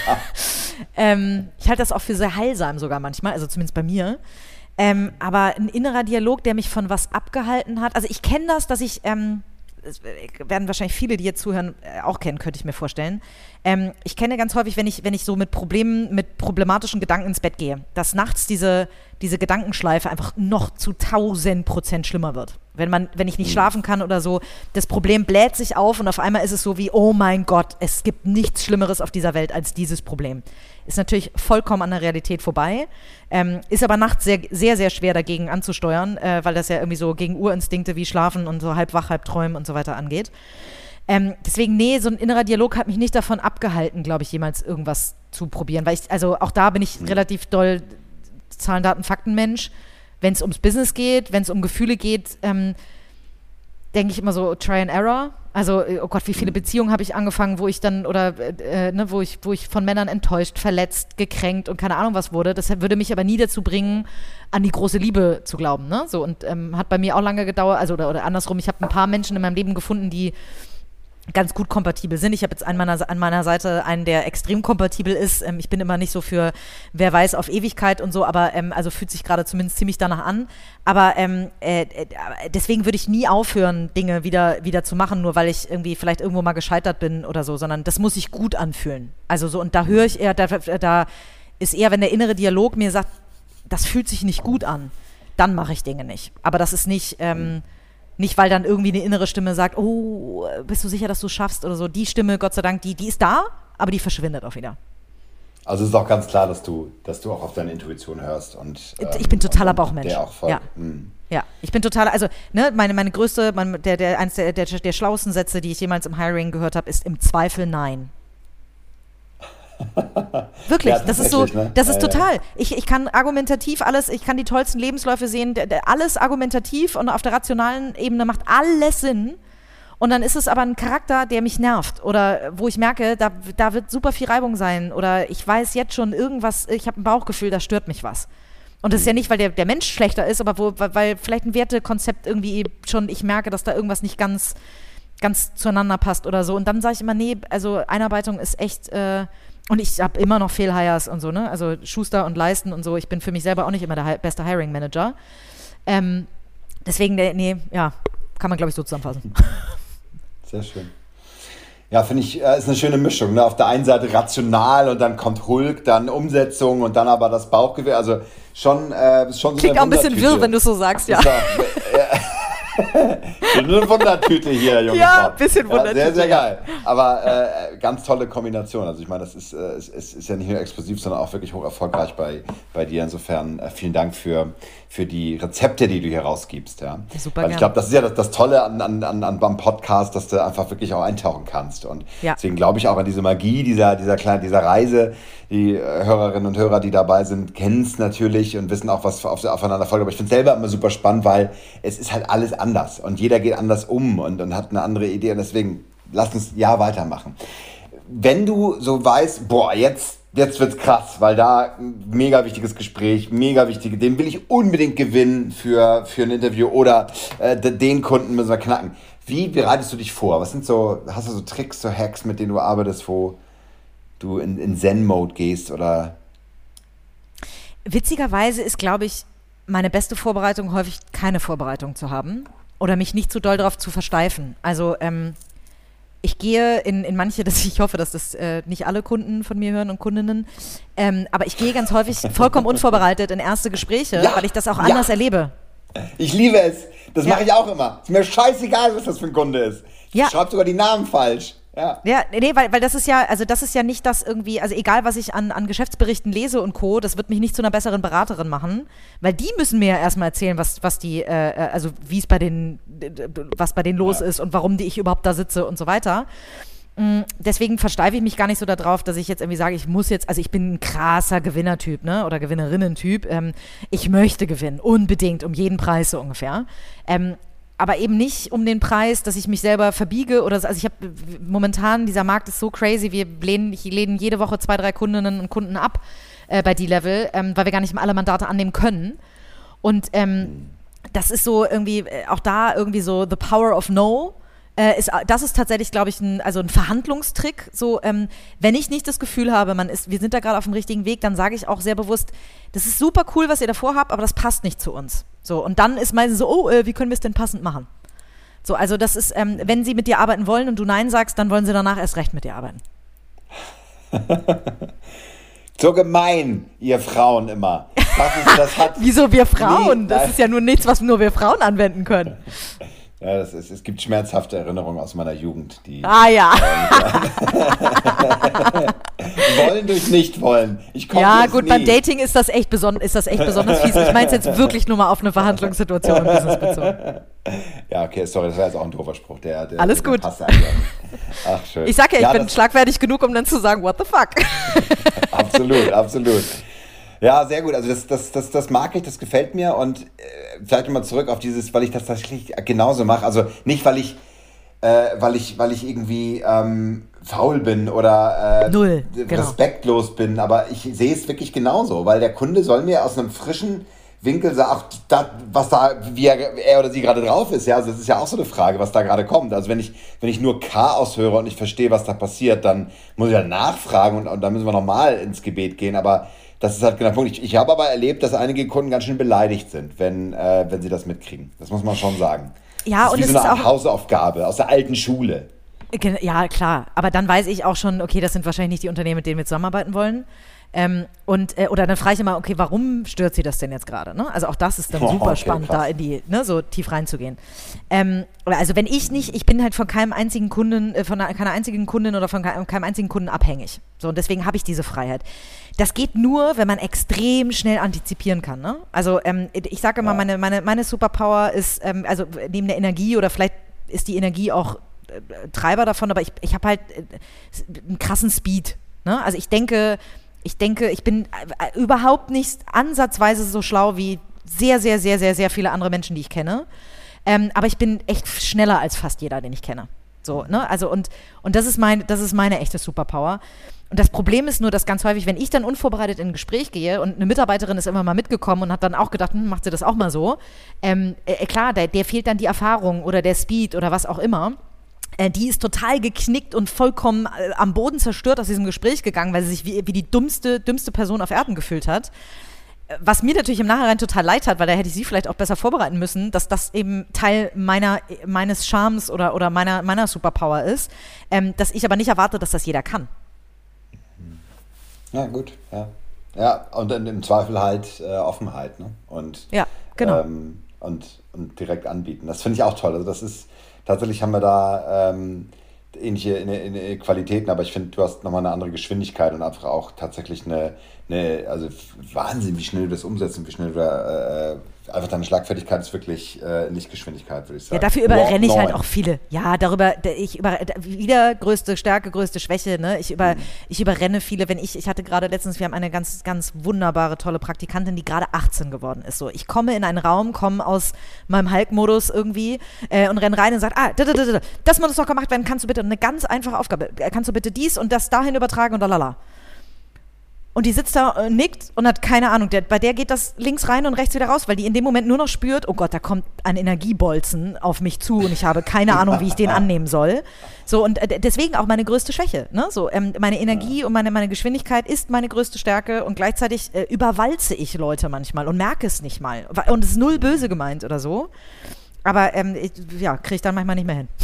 Speaker 1: Ich halte das auch für sehr heilsam sogar manchmal, also zumindest bei mir. Aber ein innerer Dialog, der mich von was abgehalten hat, also ich kenne das, dass ich... das werden wahrscheinlich viele, die jetzt zuhören, auch kennen, könnte ich mir vorstellen. Ich kenne ganz häufig, wenn ich so mit problematischen Gedanken ins Bett gehe, dass nachts diese Gedankenschleife einfach noch zu 1000% schlimmer wird. Wenn ich nicht schlafen kann oder so, das Problem bläht sich auf und auf einmal ist es so wie, oh mein Gott, es gibt nichts Schlimmeres auf dieser Welt als dieses Problem. Ist natürlich vollkommen an der Realität vorbei, ist aber nachts sehr, sehr, sehr schwer dagegen anzusteuern, weil das ja irgendwie so gegen Urinstinkte wie Schlafen und so halb wach, halb träumen und so weiter angeht. Deswegen, so ein innerer Dialog hat mich nicht davon abgehalten, glaube ich, jemals irgendwas zu probieren, weil also auch da bin ich relativ doll Zahlen, Daten, Fakten-Mensch. Wenn es ums Business geht, wenn es um Gefühle geht, denke ich immer so Try and Error. Also, oh Gott, wie viele Beziehungen habe ich angefangen, wo ich dann, wo ich von Männern enttäuscht, verletzt, gekränkt und keine Ahnung was wurde. Das würde mich aber nie dazu bringen, an die große Liebe zu glauben. Ne? So, und hat bei mir auch lange gedauert, also oder andersrum, ich habe ein paar Menschen in meinem Leben gefunden, die ganz gut kompatibel sind. Ich habe jetzt an meiner Seite einen, der extrem kompatibel ist. Ich bin immer nicht so für, wer weiß, auf Ewigkeit und so, aber also fühlt sich gerade zumindest ziemlich danach an. Aber deswegen würde ich nie aufhören, Dinge wieder zu machen, nur weil ich irgendwie vielleicht irgendwo mal gescheitert bin oder so, sondern das muss sich gut anfühlen. Also so, und da höre ich eher, da ist eher, wenn der innere Dialog mir sagt, das fühlt sich nicht gut an, dann mache ich Dinge nicht. Aber das ist nicht... Nicht, weil dann irgendwie eine innere Stimme sagt, oh, bist du sicher, dass du es schaffst oder so. Die Stimme, Gott sei Dank, die ist da, aber die verschwindet auch wieder.
Speaker 3: Also es ist auch ganz klar, dass du auch auf deine Intuition hörst. Und
Speaker 1: ich bin totaler Bauchmensch.
Speaker 3: Der auch voll.
Speaker 1: Ja. Ja, ich bin total, also ne, meine größte, eins der schlauesten Sätze, die ich jemals im Hiring gehört habe, ist im Zweifel nein. Wirklich, ja, das ist so, ne? Das ist total. Ich kann argumentativ alles, ich kann die tollsten Lebensläufe sehen, alles argumentativ und auf der rationalen Ebene macht alles Sinn. Und dann ist es aber ein Charakter, der mich nervt oder wo ich merke, da wird super viel Reibung sein oder ich weiß jetzt schon irgendwas, ich habe ein Bauchgefühl, da stört mich was. Und das ist ja nicht, weil der Mensch schlechter ist, aber weil vielleicht ein Wertekonzept irgendwie schon, ich merke, dass da irgendwas nicht ganz zueinander passt oder so. Und dann sage ich immer, nee, also Einarbeitung ist echt... Und ich habe immer noch Fehlhires und so, ne? Also Schuster und Leisten und so. Ich bin für mich selber auch nicht immer der beste Hiring-Manager. Deswegen, nee, ja, kann man, glaube ich, so zusammenfassen.
Speaker 3: Sehr schön. Ja, finde ich, ist eine schöne Mischung. Ne? Auf der einen Seite rational und dann kommt Hulk, dann Umsetzung und dann aber das Bauchgefühl. Also schon so
Speaker 1: klingt auch ein bisschen wirr, wenn du es so sagst, ja.
Speaker 3: Eine Wundertüte hier, junge
Speaker 1: Ja,
Speaker 3: Frau.
Speaker 1: ein bisschen Wundertüte.
Speaker 3: Sehr, sehr geil. Aber ganz tolle Kombination. Also ich meine, das ist ja nicht nur exklusiv, sondern auch wirklich hoch erfolgreich bei dir. Insofern vielen Dank für die Rezepte, die du hier rausgibst. Ja.
Speaker 1: Super.
Speaker 3: Weil ich glaube, das ist ja das Tolle beim Podcast, dass du einfach wirklich auch eintauchen kannst. Und deswegen glaube ich auch an diese Magie dieser Reise. Die Hörerinnen und Hörer, die dabei sind, kennen es natürlich und wissen auch, was aufeinander folgt. Aber ich finde es selber immer super spannend, weil es ist halt alles anders und jeder geht anders um und hat eine andere Idee. Und deswegen lass uns weitermachen. Wenn du so weißt, jetzt wird's krass, weil da ein mega wichtiges Gespräch, den will ich unbedingt gewinnen für ein Interview oder den Kunden müssen wir knacken. Wie bereitest du dich vor? Hast du so Tricks, so Hacks, mit denen du arbeitest, wo du in Zen-Mode gehst oder?
Speaker 1: Witzigerweise ist, glaube ich, meine beste Vorbereitung häufig keine Vorbereitung zu haben oder mich nicht zu doll darauf zu versteifen. Also ich gehe in manche, ich hoffe, dass das nicht alle Kunden von mir hören und Kundinnen, aber ich gehe ganz häufig vollkommen unvorbereitet in erste Gespräche, weil ich das auch anders erlebe.
Speaker 3: Ich liebe es. Das mache ich auch immer. Ist mir scheißegal, was das für ein Kunde ist. Ich schreibe sogar die Namen falsch.
Speaker 1: Weil das ist ja nicht das irgendwie, also egal, was ich an Geschäftsberichten lese und Co., das wird mich nicht zu einer besseren Beraterin machen, weil die müssen mir ja erstmal erzählen, was die, also wie es was bei denen los ist und warum ich überhaupt da sitze und so weiter. Deswegen versteife ich mich gar nicht so darauf, dass ich jetzt irgendwie sage, ich bin ein krasser Gewinnertyp, ne, oder Gewinnerinnen-Typ. Ich möchte gewinnen, unbedingt, um jeden Preis so ungefähr. Aber eben nicht um den Preis, dass ich mich selber verbiege oder so. Also ich habe momentan, dieser Markt ist so crazy, ich lehne jede Woche 2, 3 Kundinnen und Kunden ab bei D-Level, weil wir gar nicht alle Mandate annehmen können. Und das ist so irgendwie, auch da irgendwie so the power of no. Das ist tatsächlich, glaube ich, ein Verhandlungstrick. So, wenn ich nicht das Gefühl habe, wir sind da gerade auf dem richtigen Weg, dann sage ich auch sehr bewusst, das ist super cool, was ihr davor habt, aber das passt nicht zu uns. So, und dann ist meistens so, wie können wir es denn passend machen? So, also das ist, wenn sie mit dir arbeiten wollen und du Nein sagst, dann wollen sie danach erst recht mit dir arbeiten.
Speaker 3: So gemein, ihr Frauen immer.
Speaker 1: Wieso wir Frauen? Das ist ja nur nichts, was nur wir Frauen anwenden können.
Speaker 3: Ja, es gibt schmerzhafte Erinnerungen aus meiner Jugend, die wollen durch Nicht-Wollen.
Speaker 1: Ja, gut, beim Dating ist das echt besonders fies. Ich meine es jetzt wirklich nur mal auf eine Verhandlungssituation im Business bezogen.
Speaker 3: Ja, okay, sorry, das war jetzt auch ein doofer Spruch.
Speaker 1: Alles gut.
Speaker 3: Ach, schön.
Speaker 1: Ich sag ja, ich bin schlagfertig genug, um dann zu sagen, what the fuck?
Speaker 3: Absolut. Ja, sehr gut. Also das mag ich, das gefällt mir und vielleicht nochmal zurück auf dieses, weil ich das tatsächlich genauso mache. Also nicht, weil ich irgendwie faul bin oder respektlos bin, aber ich sehe es wirklich genauso, weil der Kunde soll mir aus einem frischen Winkel sagen, wie er oder sie gerade drauf ist. Ja, also das ist ja auch so eine Frage, was da gerade kommt. Also wenn ich nur Chaos höre und ich verstehe, was da passiert, dann muss ich halt nachfragen und dann müssen wir nochmal ins Gebet gehen. Aber das ist halt genau der Punkt. Ich habe aber erlebt, dass einige Kunden ganz schön beleidigt sind, wenn sie das mitkriegen. Das muss man schon sagen.
Speaker 1: Ja,
Speaker 3: das ist wie so eine Hausaufgabe aus der alten Schule.
Speaker 1: Ja, klar. Aber dann weiß ich auch schon, okay, das sind wahrscheinlich nicht die Unternehmen, mit denen wir zusammenarbeiten wollen. Oder dann frage ich immer, okay, warum stört sie das denn jetzt gerade? Ne? Also auch das ist dann super spannend, krass, da in die, so tief reinzugehen. Also wenn ich bin halt von keiner einzigen Kundin oder von keinem einzigen Kunden abhängig. So, und deswegen habe ich diese Freiheit. Das geht nur, wenn man extrem schnell antizipieren kann. Ne? Also ich sage immer, meine Superpower ist, also neben der Energie oder vielleicht ist die Energie auch Treiber davon, aber ich habe halt einen krassen Speed. Ne? Also ich denke, ich bin überhaupt nicht ansatzweise so schlau wie sehr, sehr, sehr, sehr, sehr viele andere Menschen, die ich kenne. Aber ich bin echt schneller als fast jeder, den ich kenne. So, ne? Also und das ist meine echte Superpower. Und das Problem ist nur, dass ganz häufig, wenn ich dann unvorbereitet in ein Gespräch gehe und eine Mitarbeiterin ist immer mal mitgekommen und hat dann auch gedacht, macht sie das auch mal so, klar, der fehlt dann die Erfahrung oder der Speed oder was auch immer. Die ist total geknickt und vollkommen am Boden zerstört aus diesem Gespräch gegangen, weil sie sich wie die dümmste Person auf Erden gefühlt hat. Was mir natürlich im Nachhinein total leid hat, weil da hätte ich sie vielleicht auch besser vorbereiten müssen, dass das eben Teil meines Charmes oder meiner Superpower ist, dass ich aber nicht erwarte, dass das jeder kann.
Speaker 3: Ja, gut, ja. Ja, und dann im Zweifel halt Offenheit, ne? Und,
Speaker 1: ja, genau.
Speaker 2: und direkt anbieten. Das finde ich auch toll. Also das ist, tatsächlich haben wir da ähnliche Qualitäten, aber ich finde, du hast nochmal eine andere Geschwindigkeit und einfach auch tatsächlich also Wahnsinn, wie schnell du das umsetzt und wie schnell du da einfach deine Schlagfertigkeit ist wirklich Lichtgeschwindigkeit, würde ich sagen.
Speaker 1: Ja, dafür überrenne ich halt auch viele. Ja, wieder größte Stärke, größte Schwäche, ne? Ich überrenne viele, ich hatte gerade letztens, wir haben eine ganz, ganz wunderbare, tolle Praktikantin, die gerade 18 geworden ist. So, ich komme in einen Raum, komme aus meinem Hulk-Modus irgendwie und renne rein und sage, das muss doch gemacht werden, kannst du bitte, eine ganz einfache Aufgabe, kannst du bitte dies und das dahin übertragen und lalala. Und die sitzt da und nickt und hat keine Ahnung. Bei der geht das links rein und rechts wieder raus, weil die in dem Moment nur noch spürt, oh Gott, da kommt ein Energiebolzen auf mich zu und ich habe keine Ahnung, wie ich den annehmen soll. So, und deswegen auch meine größte Schwäche. Ne? So, meine Energie und meine Geschwindigkeit ist meine größte Stärke und gleichzeitig überwalze ich Leute manchmal und merke es nicht mal. Und es ist null böse gemeint oder so. Aber kriege ich dann manchmal nicht mehr hin.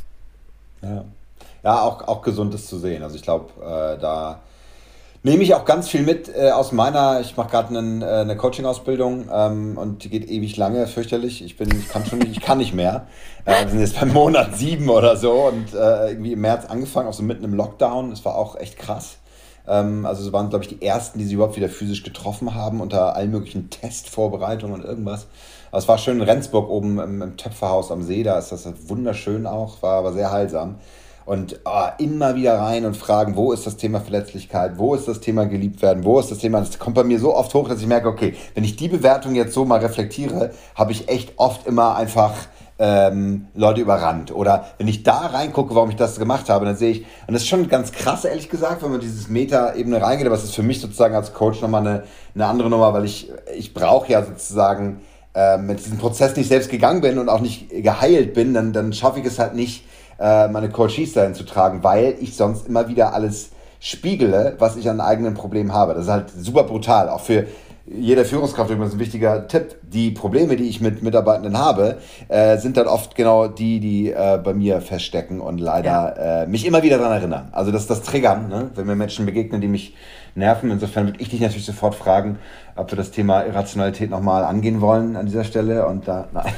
Speaker 2: Ja, auch gesund ist zu sehen. Also ich glaube, da nehme ich auch ganz viel mit aus ich mache gerade eine Coaching-Ausbildung und die geht ewig lange, fürchterlich. Ich kann nicht mehr. Wir sind jetzt beim Monat 7 oder so und irgendwie im März angefangen, auch so mitten im Lockdown. Das war auch echt krass. Also es waren, glaube ich, die ersten, die sie überhaupt wieder physisch getroffen haben, unter allen möglichen Testvorbereitungen und irgendwas. Aber es war schön in Rendsburg oben im Töpferhaus am See, da ist das wunderschön auch, war aber sehr heilsam. Und immer wieder rein und fragen, wo ist das Thema Verletzlichkeit, wo ist das Thema geliebt werden, wo ist das Thema, das kommt bei mir so oft hoch, dass ich merke, okay, wenn ich die Bewertung jetzt so mal reflektiere, habe ich echt oft immer einfach Leute überrannt. Oder wenn ich da reingucke, warum ich das gemacht habe, dann sehe ich, und das ist schon ganz krass, ehrlich gesagt, wenn man dieses Meta-Ebene reingeht, aber es ist für mich sozusagen als Coach nochmal eine andere Nummer, weil ich brauche ja sozusagen, wenn ich diesen Prozess nicht selbst gegangen bin und auch nicht geheilt bin, dann schaffe ich es halt nicht, meine Coaches dahin zu tragen, weil ich sonst immer wieder alles spiegele, was ich an eigenen Problemen habe. Das ist halt super brutal, auch für jede Führungskraft übrigens ein wichtiger Tipp. Die Probleme, die ich mit Mitarbeitenden habe, sind dann oft genau die bei mir feststecken und leider mich immer wieder daran erinnern. Also das ist das Triggern, ne? Wenn mir Menschen begegnen, die mich nerven. Insofern würde ich dich natürlich sofort fragen, ob wir das Thema Irrationalität nochmal angehen wollen an dieser Stelle. Und da, nein.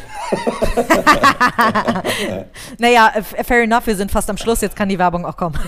Speaker 1: Naja, fair enough, wir sind fast am Schluss, jetzt kann die Werbung auch kommen.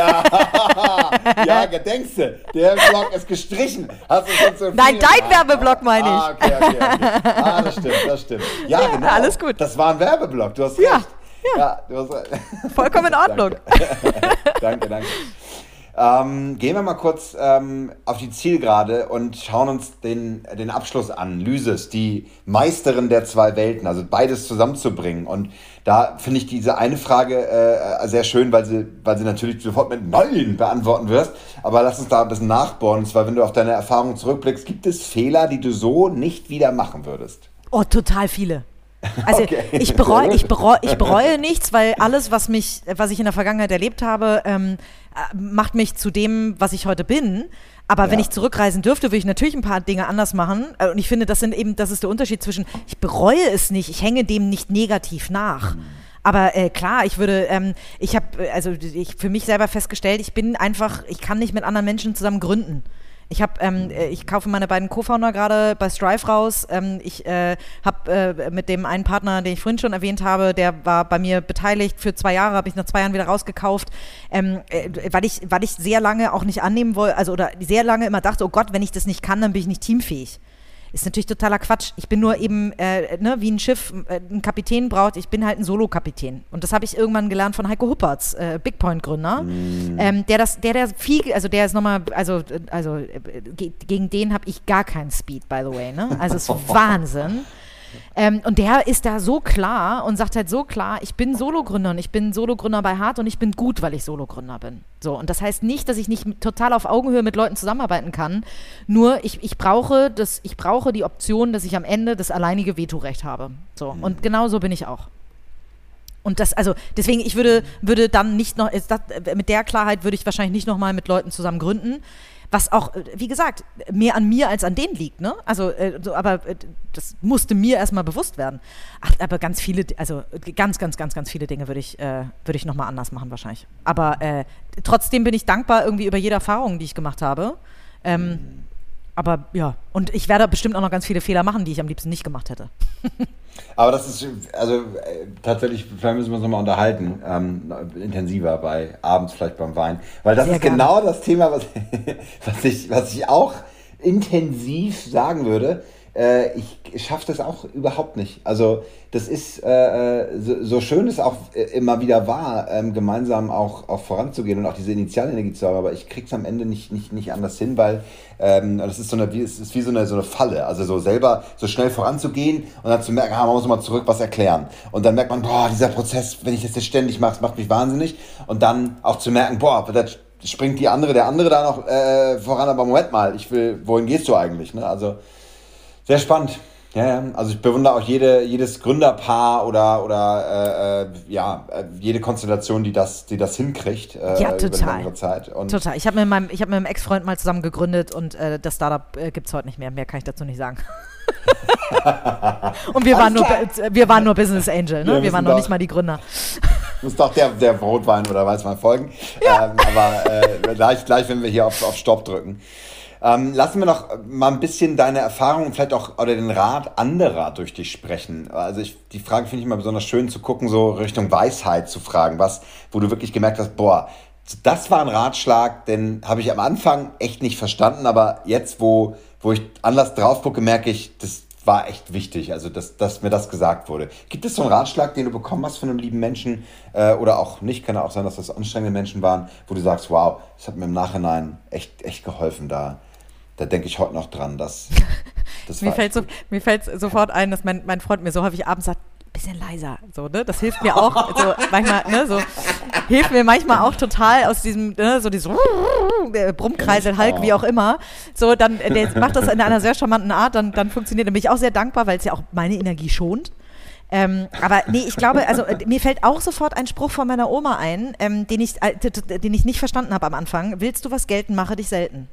Speaker 2: Ja, gedenkst du, der Blog ist gestrichen. Hast du schon so
Speaker 1: Nein, dein Werbeblock meine ich.
Speaker 2: Okay. Das stimmt. Ja, genau.
Speaker 1: Alles gut.
Speaker 2: Das war ein Werbeblock, du hast recht. Ja, du hast recht.
Speaker 1: Vollkommen in Ordnung.
Speaker 2: Danke. Gehen wir mal kurz auf die Zielgerade und schauen uns den Abschluss an. Lysis, die Meisterin der zwei Welten, also beides zusammenzubringen. Und da finde ich diese eine Frage sehr schön, weil sie natürlich sofort mit Nein beantworten wirst. Aber lass uns da ein bisschen nachbohren. Und zwar, wenn du auf deine Erfahrungen zurückblickst, gibt es Fehler, die du so nicht wieder machen würdest?
Speaker 1: Oh, total viele. Also okay. ich bereue nichts, weil alles, was ich in der Vergangenheit erlebt habe, macht mich zu dem, was ich heute bin. Aber wenn ich zurückreisen dürfte, würde ich natürlich ein paar Dinge anders machen. Und ich finde, das ist der Unterschied zwischen, ich bereue es nicht, ich hänge dem nicht negativ nach. Aber klar, ich würde, ich habe für mich selber festgestellt, ich kann nicht mit anderen Menschen zusammen gründen. Ich kaufe meine beiden Co-Founder gerade bei Strive raus. Ich habe mit dem einen Partner, den ich vorhin schon erwähnt habe, der war bei mir beteiligt für 2 Jahre, habe ich nach 2 Jahren wieder rausgekauft, weil ich sehr lange auch nicht annehmen wollte, oder sehr lange immer dachte, oh Gott, wenn ich das nicht kann, dann bin ich nicht teamfähig. Ist natürlich totaler Quatsch. Ich bin nur eben, wie ein Schiff einen Kapitän braucht, ich bin halt ein Solo-Kapitän. Und das habe ich irgendwann gelernt von Heiko Huppertz, Big Point-Gründer. Der viel, also der ist nochmal, gegen den habe ich gar keinen Speed, by the way, ne? Also es ist Wahnsinn. Und der ist da so klar und sagt halt so klar, ich bin Sologründer und ich bin Sologründer bei Hart und ich bin gut, weil ich Sologründer bin. So, und das heißt nicht, dass ich nicht total auf Augenhöhe mit Leuten zusammenarbeiten kann, nur ich brauche die Option, dass ich am Ende das alleinige Vetorecht habe. So, und genau so bin ich auch. Und deswegen, ich würde dann nicht noch, mit der Klarheit würde ich wahrscheinlich nicht nochmal mit Leuten zusammen gründen. Was auch, wie gesagt, mehr an mir als an denen liegt, ne? Also, aber das musste mir erstmal bewusst werden. Aber ganz viele, also ganz viele Dinge würde ich nochmal anders machen wahrscheinlich. Aber trotzdem bin ich dankbar irgendwie über jede Erfahrung, die ich gemacht habe. Aber ja, und ich werde bestimmt auch noch ganz viele Fehler machen, die ich am liebsten nicht gemacht hätte.
Speaker 2: Aber das ist, also tatsächlich, vielleicht müssen wir uns nochmal unterhalten, intensiver, abends vielleicht beim Wein. Weil das
Speaker 1: Sehr
Speaker 2: ist
Speaker 1: gerne.
Speaker 2: genau das Thema, was ich auch intensiv sagen würde. Ich schaffe das auch überhaupt nicht. Also das ist, so schön es auch immer wieder war, gemeinsam auch voranzugehen und auch diese Initialenergie zu haben, aber ich krieg's am Ende nicht anders hin, weil das ist es ist wie so eine Falle. Also so selber so schnell voranzugehen und dann zu merken, man muss mal zurück was erklären. Und dann merkt man, boah, dieser Prozess, wenn ich das jetzt ständig mache, das macht mich wahnsinnig. Und dann auch zu merken, boah, da springt der andere da noch voran, aber Moment mal, wohin gehst du eigentlich? Ne? Also sehr spannend. Ja, also ich bewundere auch jedes Gründerpaar oder jede Konstellation, die das hinkriegt
Speaker 1: Ja,
Speaker 2: über
Speaker 1: total.
Speaker 2: eine längere Zeit. Und
Speaker 1: Total. Ich habe mit meinem Ex-Freund mal zusammen gegründet und das Startup gibt es heute nicht mehr. Mehr kann ich dazu nicht sagen. Und wir waren nur Business Angel, ne? Wir waren noch nicht mal die Gründer.
Speaker 2: Muss doch der Rotwein oder Weißwein folgen. Ja. Aber gleich, wenn wir hier auf Stopp drücken. Lassen wir noch mal ein bisschen deine Erfahrungen, vielleicht auch oder den Rat anderer durch dich sprechen. Also die Frage finde ich immer besonders schön zu gucken, so Richtung Weisheit zu fragen, wo du wirklich gemerkt hast, boah, das war ein Ratschlag, den habe ich am Anfang echt nicht verstanden, aber jetzt, wo ich anders drauf gucke, merke ich, das war echt wichtig, also dass mir das gesagt wurde. Gibt es so einen Ratschlag, den du bekommen hast von einem lieben Menschen oder auch nicht, kann ja auch sein, dass das anstrengende Menschen waren, wo du sagst, wow, das hat mir im Nachhinein echt geholfen, da denke ich heute noch dran, das
Speaker 1: mir fällt sofort ein, dass mein Freund mir so häufig abends sagt, bisschen leiser, so, ne? Das hilft mir auch, so manchmal, ne, so hilft mir manchmal auch total aus diesem, ne, so dieses Brummkreisel, Hulk, wie auch immer. So, dann, der macht das in einer sehr charmanten Art, dann funktioniert. Dann bin ich auch sehr dankbar, weil es ja auch meine Energie schont. Aber nee, ich glaube, also mir fällt auch sofort ein Spruch von meiner Oma ein, den ich nicht verstanden habe am Anfang. Willst du was gelten, mache dich selten.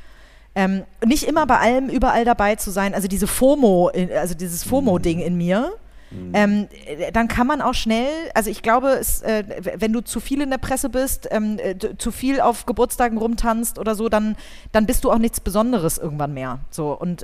Speaker 1: Nicht immer bei allem überall dabei zu sein, also dieses FOMO-Ding in mir, dann kann man auch schnell, also ich glaube, wenn du zu viel in der Presse bist, zu viel auf Geburtstagen rumtanzt oder so, dann bist du auch nichts Besonderes irgendwann mehr. So, und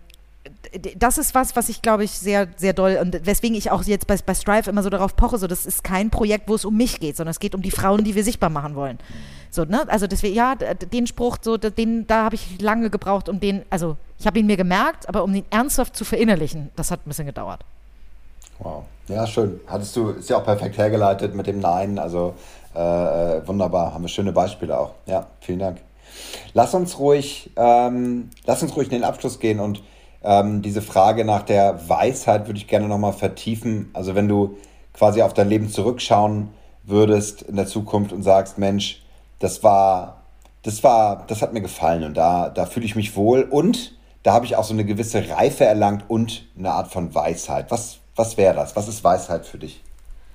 Speaker 1: das ist was ich, glaube ich, sehr, sehr doll, und weswegen ich auch jetzt bei Strive immer so darauf poche, so, das ist kein Projekt, wo es um mich geht, sondern es geht um die Frauen, die wir sichtbar machen wollen. So, ne? Also deswegen, ja, den Spruch, so, da habe ich lange gebraucht, also ich habe ihn mir gemerkt, aber um den ernsthaft zu verinnerlichen, das hat ein bisschen gedauert.
Speaker 2: Wow, ja, schön. Ist ja auch perfekt hergeleitet mit dem Nein, also wunderbar, haben wir schöne Beispiele auch. Ja, vielen Dank. Lass uns ruhig in den Abschluss gehen und diese Frage nach der Weisheit würde ich gerne nochmal vertiefen. Also wenn du quasi auf dein Leben zurückschauen würdest in der Zukunft und sagst, Mensch, das hat mir gefallen und da fühle ich mich wohl und da habe ich auch so eine gewisse Reife erlangt und eine Art von Weisheit. Was wäre das? Was ist Weisheit für dich?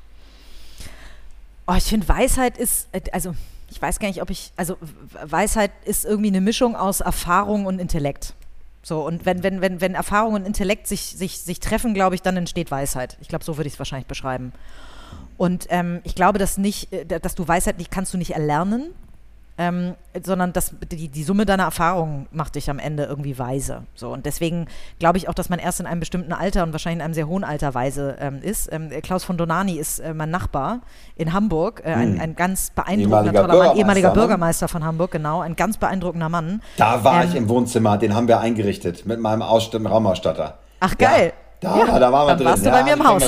Speaker 1: Oh, ich finde, Weisheit ist, also ich weiß gar nicht, Weisheit ist irgendwie eine Mischung aus Erfahrung und Intellekt. So, und wenn Erfahrung und Intellekt sich treffen, glaube ich, dann entsteht Weisheit. Ich glaube, so würde ich es wahrscheinlich beschreiben. Und ich glaube, dass du Weisheit kannst du nicht erlernen, sondern die Summe deiner Erfahrungen macht dich am Ende irgendwie weise. So, und deswegen glaube ich auch, dass man erst in einem bestimmten Alter und wahrscheinlich in einem sehr hohen Alter weise ist. Klaus von Donani ist mein Nachbar in Hamburg, ein ganz beeindruckender, toller Mann, ehemaliger Bürgermeister von Hamburg, genau, ein ganz beeindruckender Mann.
Speaker 2: Da war ich im Wohnzimmer, den haben wir eingerichtet mit meinem Raumausstatter.
Speaker 1: Ach, geil.
Speaker 2: Ja, da waren wir
Speaker 1: dann
Speaker 2: drin.
Speaker 1: Warst du bei mir im Haus.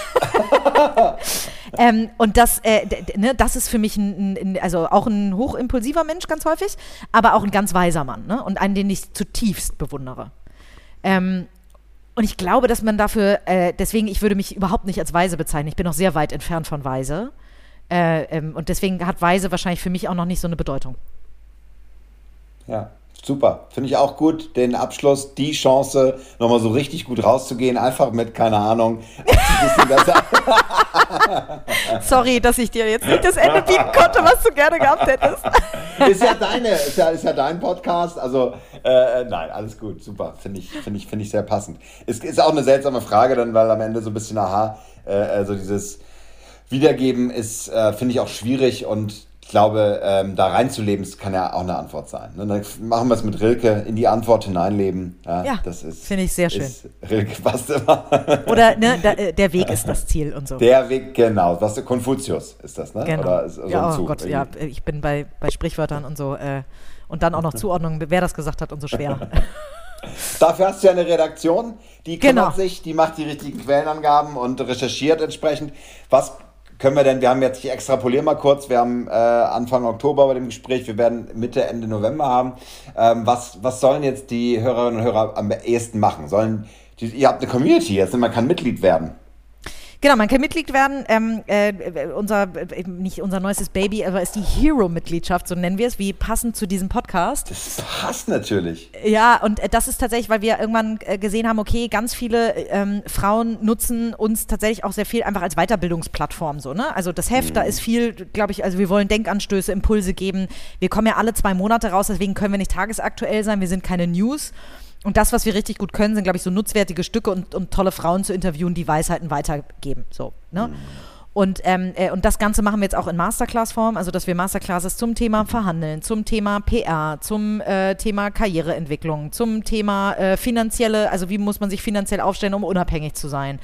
Speaker 1: Und das ist für mich also auch ein hochimpulsiver Mensch ganz häufig, aber auch ein ganz weiser Mann, ne? Und einen, den ich zutiefst bewundere. Und ich glaube, dass man dafür, deswegen, ich würde mich überhaupt nicht als weise bezeichnen. Ich bin noch sehr weit entfernt von weise. Und deswegen hat weise wahrscheinlich für mich auch noch nicht so eine Bedeutung.
Speaker 2: Ja. Super, finde ich auch gut, den Abschluss, die Chance, nochmal so richtig gut rauszugehen, einfach mit, keine Ahnung.
Speaker 1: Sorry, dass ich dir jetzt nicht das Ende bieten konnte, was du gerne gehabt hättest.
Speaker 2: Ist ja dein Podcast, also nein, alles gut, super, finde ich sehr passend. Ist auch eine seltsame Frage dann, weil am Ende so ein bisschen, so dieses Wiedergeben ist, finde ich auch schwierig und ich glaube, da reinzuleben, kann ja auch eine Antwort sein. Ne? Dann machen wir es mit Rilke, in die Antwort hineinleben.
Speaker 1: Ja, das finde ich sehr schön.
Speaker 2: Rilke passt immer.
Speaker 1: Oder der Weg ist das Ziel und so.
Speaker 2: Der Weg, genau. Was Konfuzius ist das, ne?
Speaker 1: Genau.
Speaker 2: Oder ist so
Speaker 1: ja,
Speaker 2: ein Zug,
Speaker 1: Gott, ja, ich bin bei Sprichwörtern und so. Und dann auch noch Zuordnung, wer das gesagt hat und so schwer.
Speaker 2: Dafür hast du ja eine Redaktion, die kümmert sich, die macht die richtigen Quellenangaben und recherchiert entsprechend. Was können wir denn, wir haben jetzt, ich extrapoliere mal kurz, wir haben Anfang Oktober bei dem Gespräch, wir werden Mitte, Ende November haben. Was sollen jetzt die Hörerinnen und Hörer am ehesten machen? Ihr habt eine Community jetzt und man kann Mitglied werden.
Speaker 1: Genau, man kann Mitglied werden. Nicht unser neuestes Baby, aber ist die Hero-Mitgliedschaft, so nennen wir es, wie passend zu diesem Podcast.
Speaker 2: Das passt natürlich.
Speaker 1: Ja, und das ist tatsächlich, weil wir irgendwann gesehen haben, okay, ganz viele Frauen nutzen uns tatsächlich auch sehr viel einfach als Weiterbildungsplattform. So, ne? Also das Heft, da ist viel, glaube ich, also wir wollen Denkanstöße, Impulse geben. Wir kommen ja alle 2 Monate raus, deswegen können wir nicht tagesaktuell sein, wir sind keine News. Und das, was wir richtig gut können, sind, glaube ich, so nutzwertige Stücke und tolle Frauen zu interviewen, die Weisheiten weitergeben. So, ne? Und das Ganze machen wir jetzt auch in Masterclass-Form, also dass wir Masterclasses zum Thema Verhandeln, zum Thema PR, zum Thema Karriereentwicklung, zum Thema finanzielle, also wie muss man sich finanziell aufstellen, um unabhängig zu sein.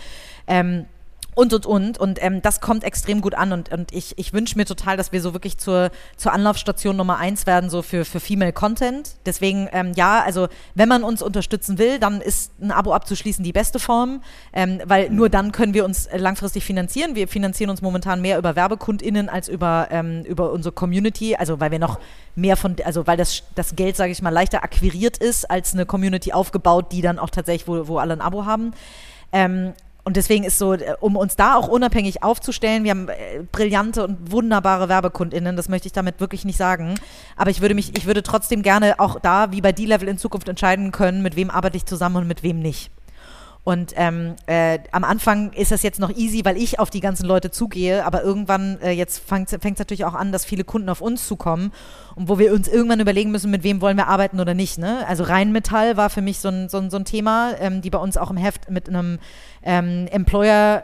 Speaker 1: Und das kommt extrem gut an und ich wünsche mir total, dass wir so wirklich zur Anlaufstation Nummer 1 werden, so für Female Content. Deswegen, also wenn man uns unterstützen will, dann ist ein Abo abzuschließen die beste Form, weil nur dann können wir uns langfristig finanzieren. Wir finanzieren uns momentan mehr über WerbekundInnen als über unsere Community, also weil wir noch mehr weil das Geld, sage ich mal, leichter akquiriert ist, als eine Community aufgebaut, die dann auch tatsächlich, wo alle ein Abo haben. Und deswegen ist so, um uns da auch unabhängig aufzustellen, wir haben brillante und wunderbare WerbekundInnen, das möchte ich damit wirklich nicht sagen, aber ich würde trotzdem gerne auch da, wie bei D-Level in Zukunft entscheiden können, mit wem arbeite ich zusammen und mit wem nicht. Und am Anfang ist das jetzt noch easy, weil ich auf die ganzen Leute zugehe, aber irgendwann, jetzt fängt es natürlich auch an, dass viele Kunden auf uns zukommen und wo wir uns irgendwann überlegen müssen, mit wem wollen wir arbeiten oder nicht. Ne? Also Rheinmetall war für mich so ein Thema, die bei uns auch im Heft mit einem Employer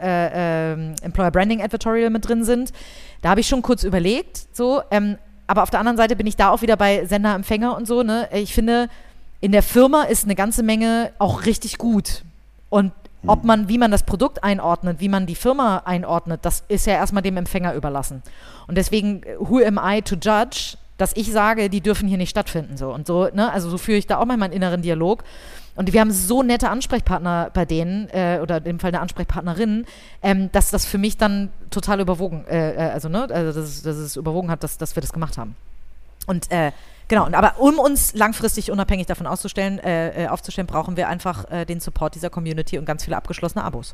Speaker 1: Branding Advertorial mit drin sind. Da habe ich schon kurz überlegt, so, aber auf der anderen Seite bin ich da auch wieder bei Sender, Empfänger und so. Ne? Ich finde, in der Firma ist eine ganze Menge auch richtig gut. Und wie man das Produkt einordnet, wie man die Firma einordnet, das ist ja erstmal dem Empfänger überlassen. Und deswegen, who am I to judge, dass ich sage, die dürfen hier nicht stattfinden. So. Und so, ne? Also so führe ich da auch manchmal einen inneren Dialog. Und wir haben so nette Ansprechpartner bei denen, oder in dem Fall eine Ansprechpartnerin, dass das für mich dann total überwogen, dass es überwogen hat, dass wir das gemacht haben. Und genau, aber um uns langfristig unabhängig davon aufzustellen, brauchen wir einfach den Support dieser Community und ganz viele abgeschlossene Abos.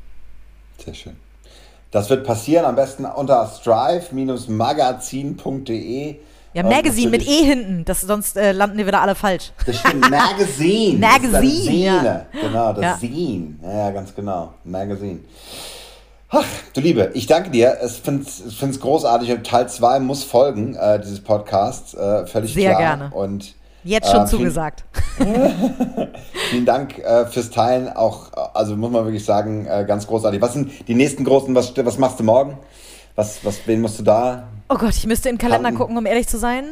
Speaker 2: Sehr schön. Das wird passieren, am besten unter strive-magazin.de.
Speaker 1: Ja, Magazine mit E hinten, sonst landen die wieder alle falsch.
Speaker 2: Das stimmt, Magazine.
Speaker 1: Magazine,
Speaker 2: ja. Genau, das Scene. Ja, ganz genau, Magazine. Ach, du Liebe, ich danke dir. Ich finde es großartig und Teil 2 muss folgen, dieses Podcasts. Völlig
Speaker 1: sehr
Speaker 2: klar.
Speaker 1: Sehr gerne.
Speaker 2: Und,
Speaker 1: jetzt schon zugesagt.
Speaker 2: Vielen Dank fürs Teilen. Auch, also muss man wirklich sagen, ganz großartig. Was sind die nächsten großen, was machst du morgen? Wen musst du da?
Speaker 1: Oh Gott, ich müsste in den Kalender gucken, um ehrlich zu sein.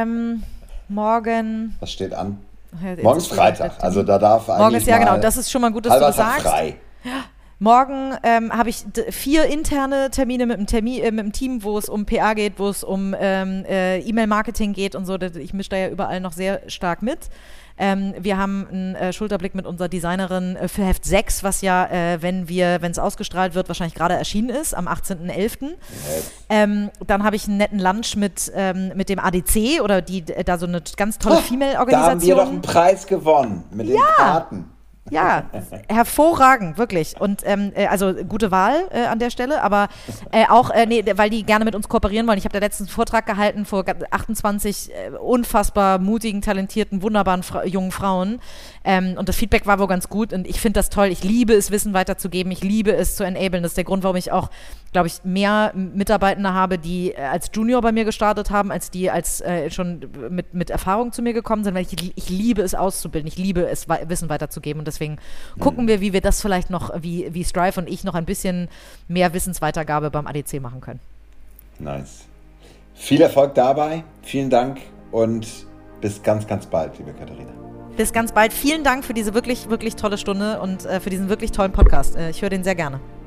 Speaker 1: Morgen.
Speaker 2: Was steht an? Morgen ist Freitag, also da darf eigentlich
Speaker 1: morgen ist, ja genau, das ist schon mal gut, dass du das sagst.
Speaker 2: Frei.
Speaker 1: Morgen habe ich 4 interne Termine mit dem Team, wo es um PA geht, wo es um E-Mail-Marketing geht und so. Ich mische da ja überall noch sehr stark mit. Wir haben einen Schulterblick mit unserer Designerin für Heft 6, was ja, wenn es ausgestrahlt wird, wahrscheinlich gerade erschienen ist, am 18.11. Dann habe ich einen netten Lunch mit dem ADC oder da so eine ganz tolle Female-Organisation. Da
Speaker 2: haben wir doch einen Preis gewonnen mit den Karten.
Speaker 1: Ja, hervorragend, wirklich. Und also gute Wahl an der Stelle, aber weil die gerne mit uns kooperieren wollen. Ich habe da letztens einen Vortrag gehalten vor 28 unfassbar mutigen, talentierten, wunderbaren jungen Frauen. Und das Feedback war wohl ganz gut und ich finde das toll. Ich liebe es, Wissen weiterzugeben. Ich liebe es zu enablen. Das ist der Grund, warum ich auch, glaube ich, mehr Mitarbeitende habe, die als Junior bei mir gestartet haben, als die als schon mit Erfahrung zu mir gekommen sind, weil ich liebe es auszubilden. Ich liebe es, Wissen weiterzugeben und deswegen gucken wir, wie wir das vielleicht noch, wie Strive und ich noch ein bisschen mehr Wissensweitergabe beim ADC machen können.
Speaker 2: Nice. Viel Erfolg dabei, vielen Dank und bis ganz, ganz bald, liebe Katharina.
Speaker 1: Bis ganz bald. Vielen Dank für diese wirklich, wirklich tolle Stunde und für diesen wirklich tollen Podcast. Ich höre den sehr gerne.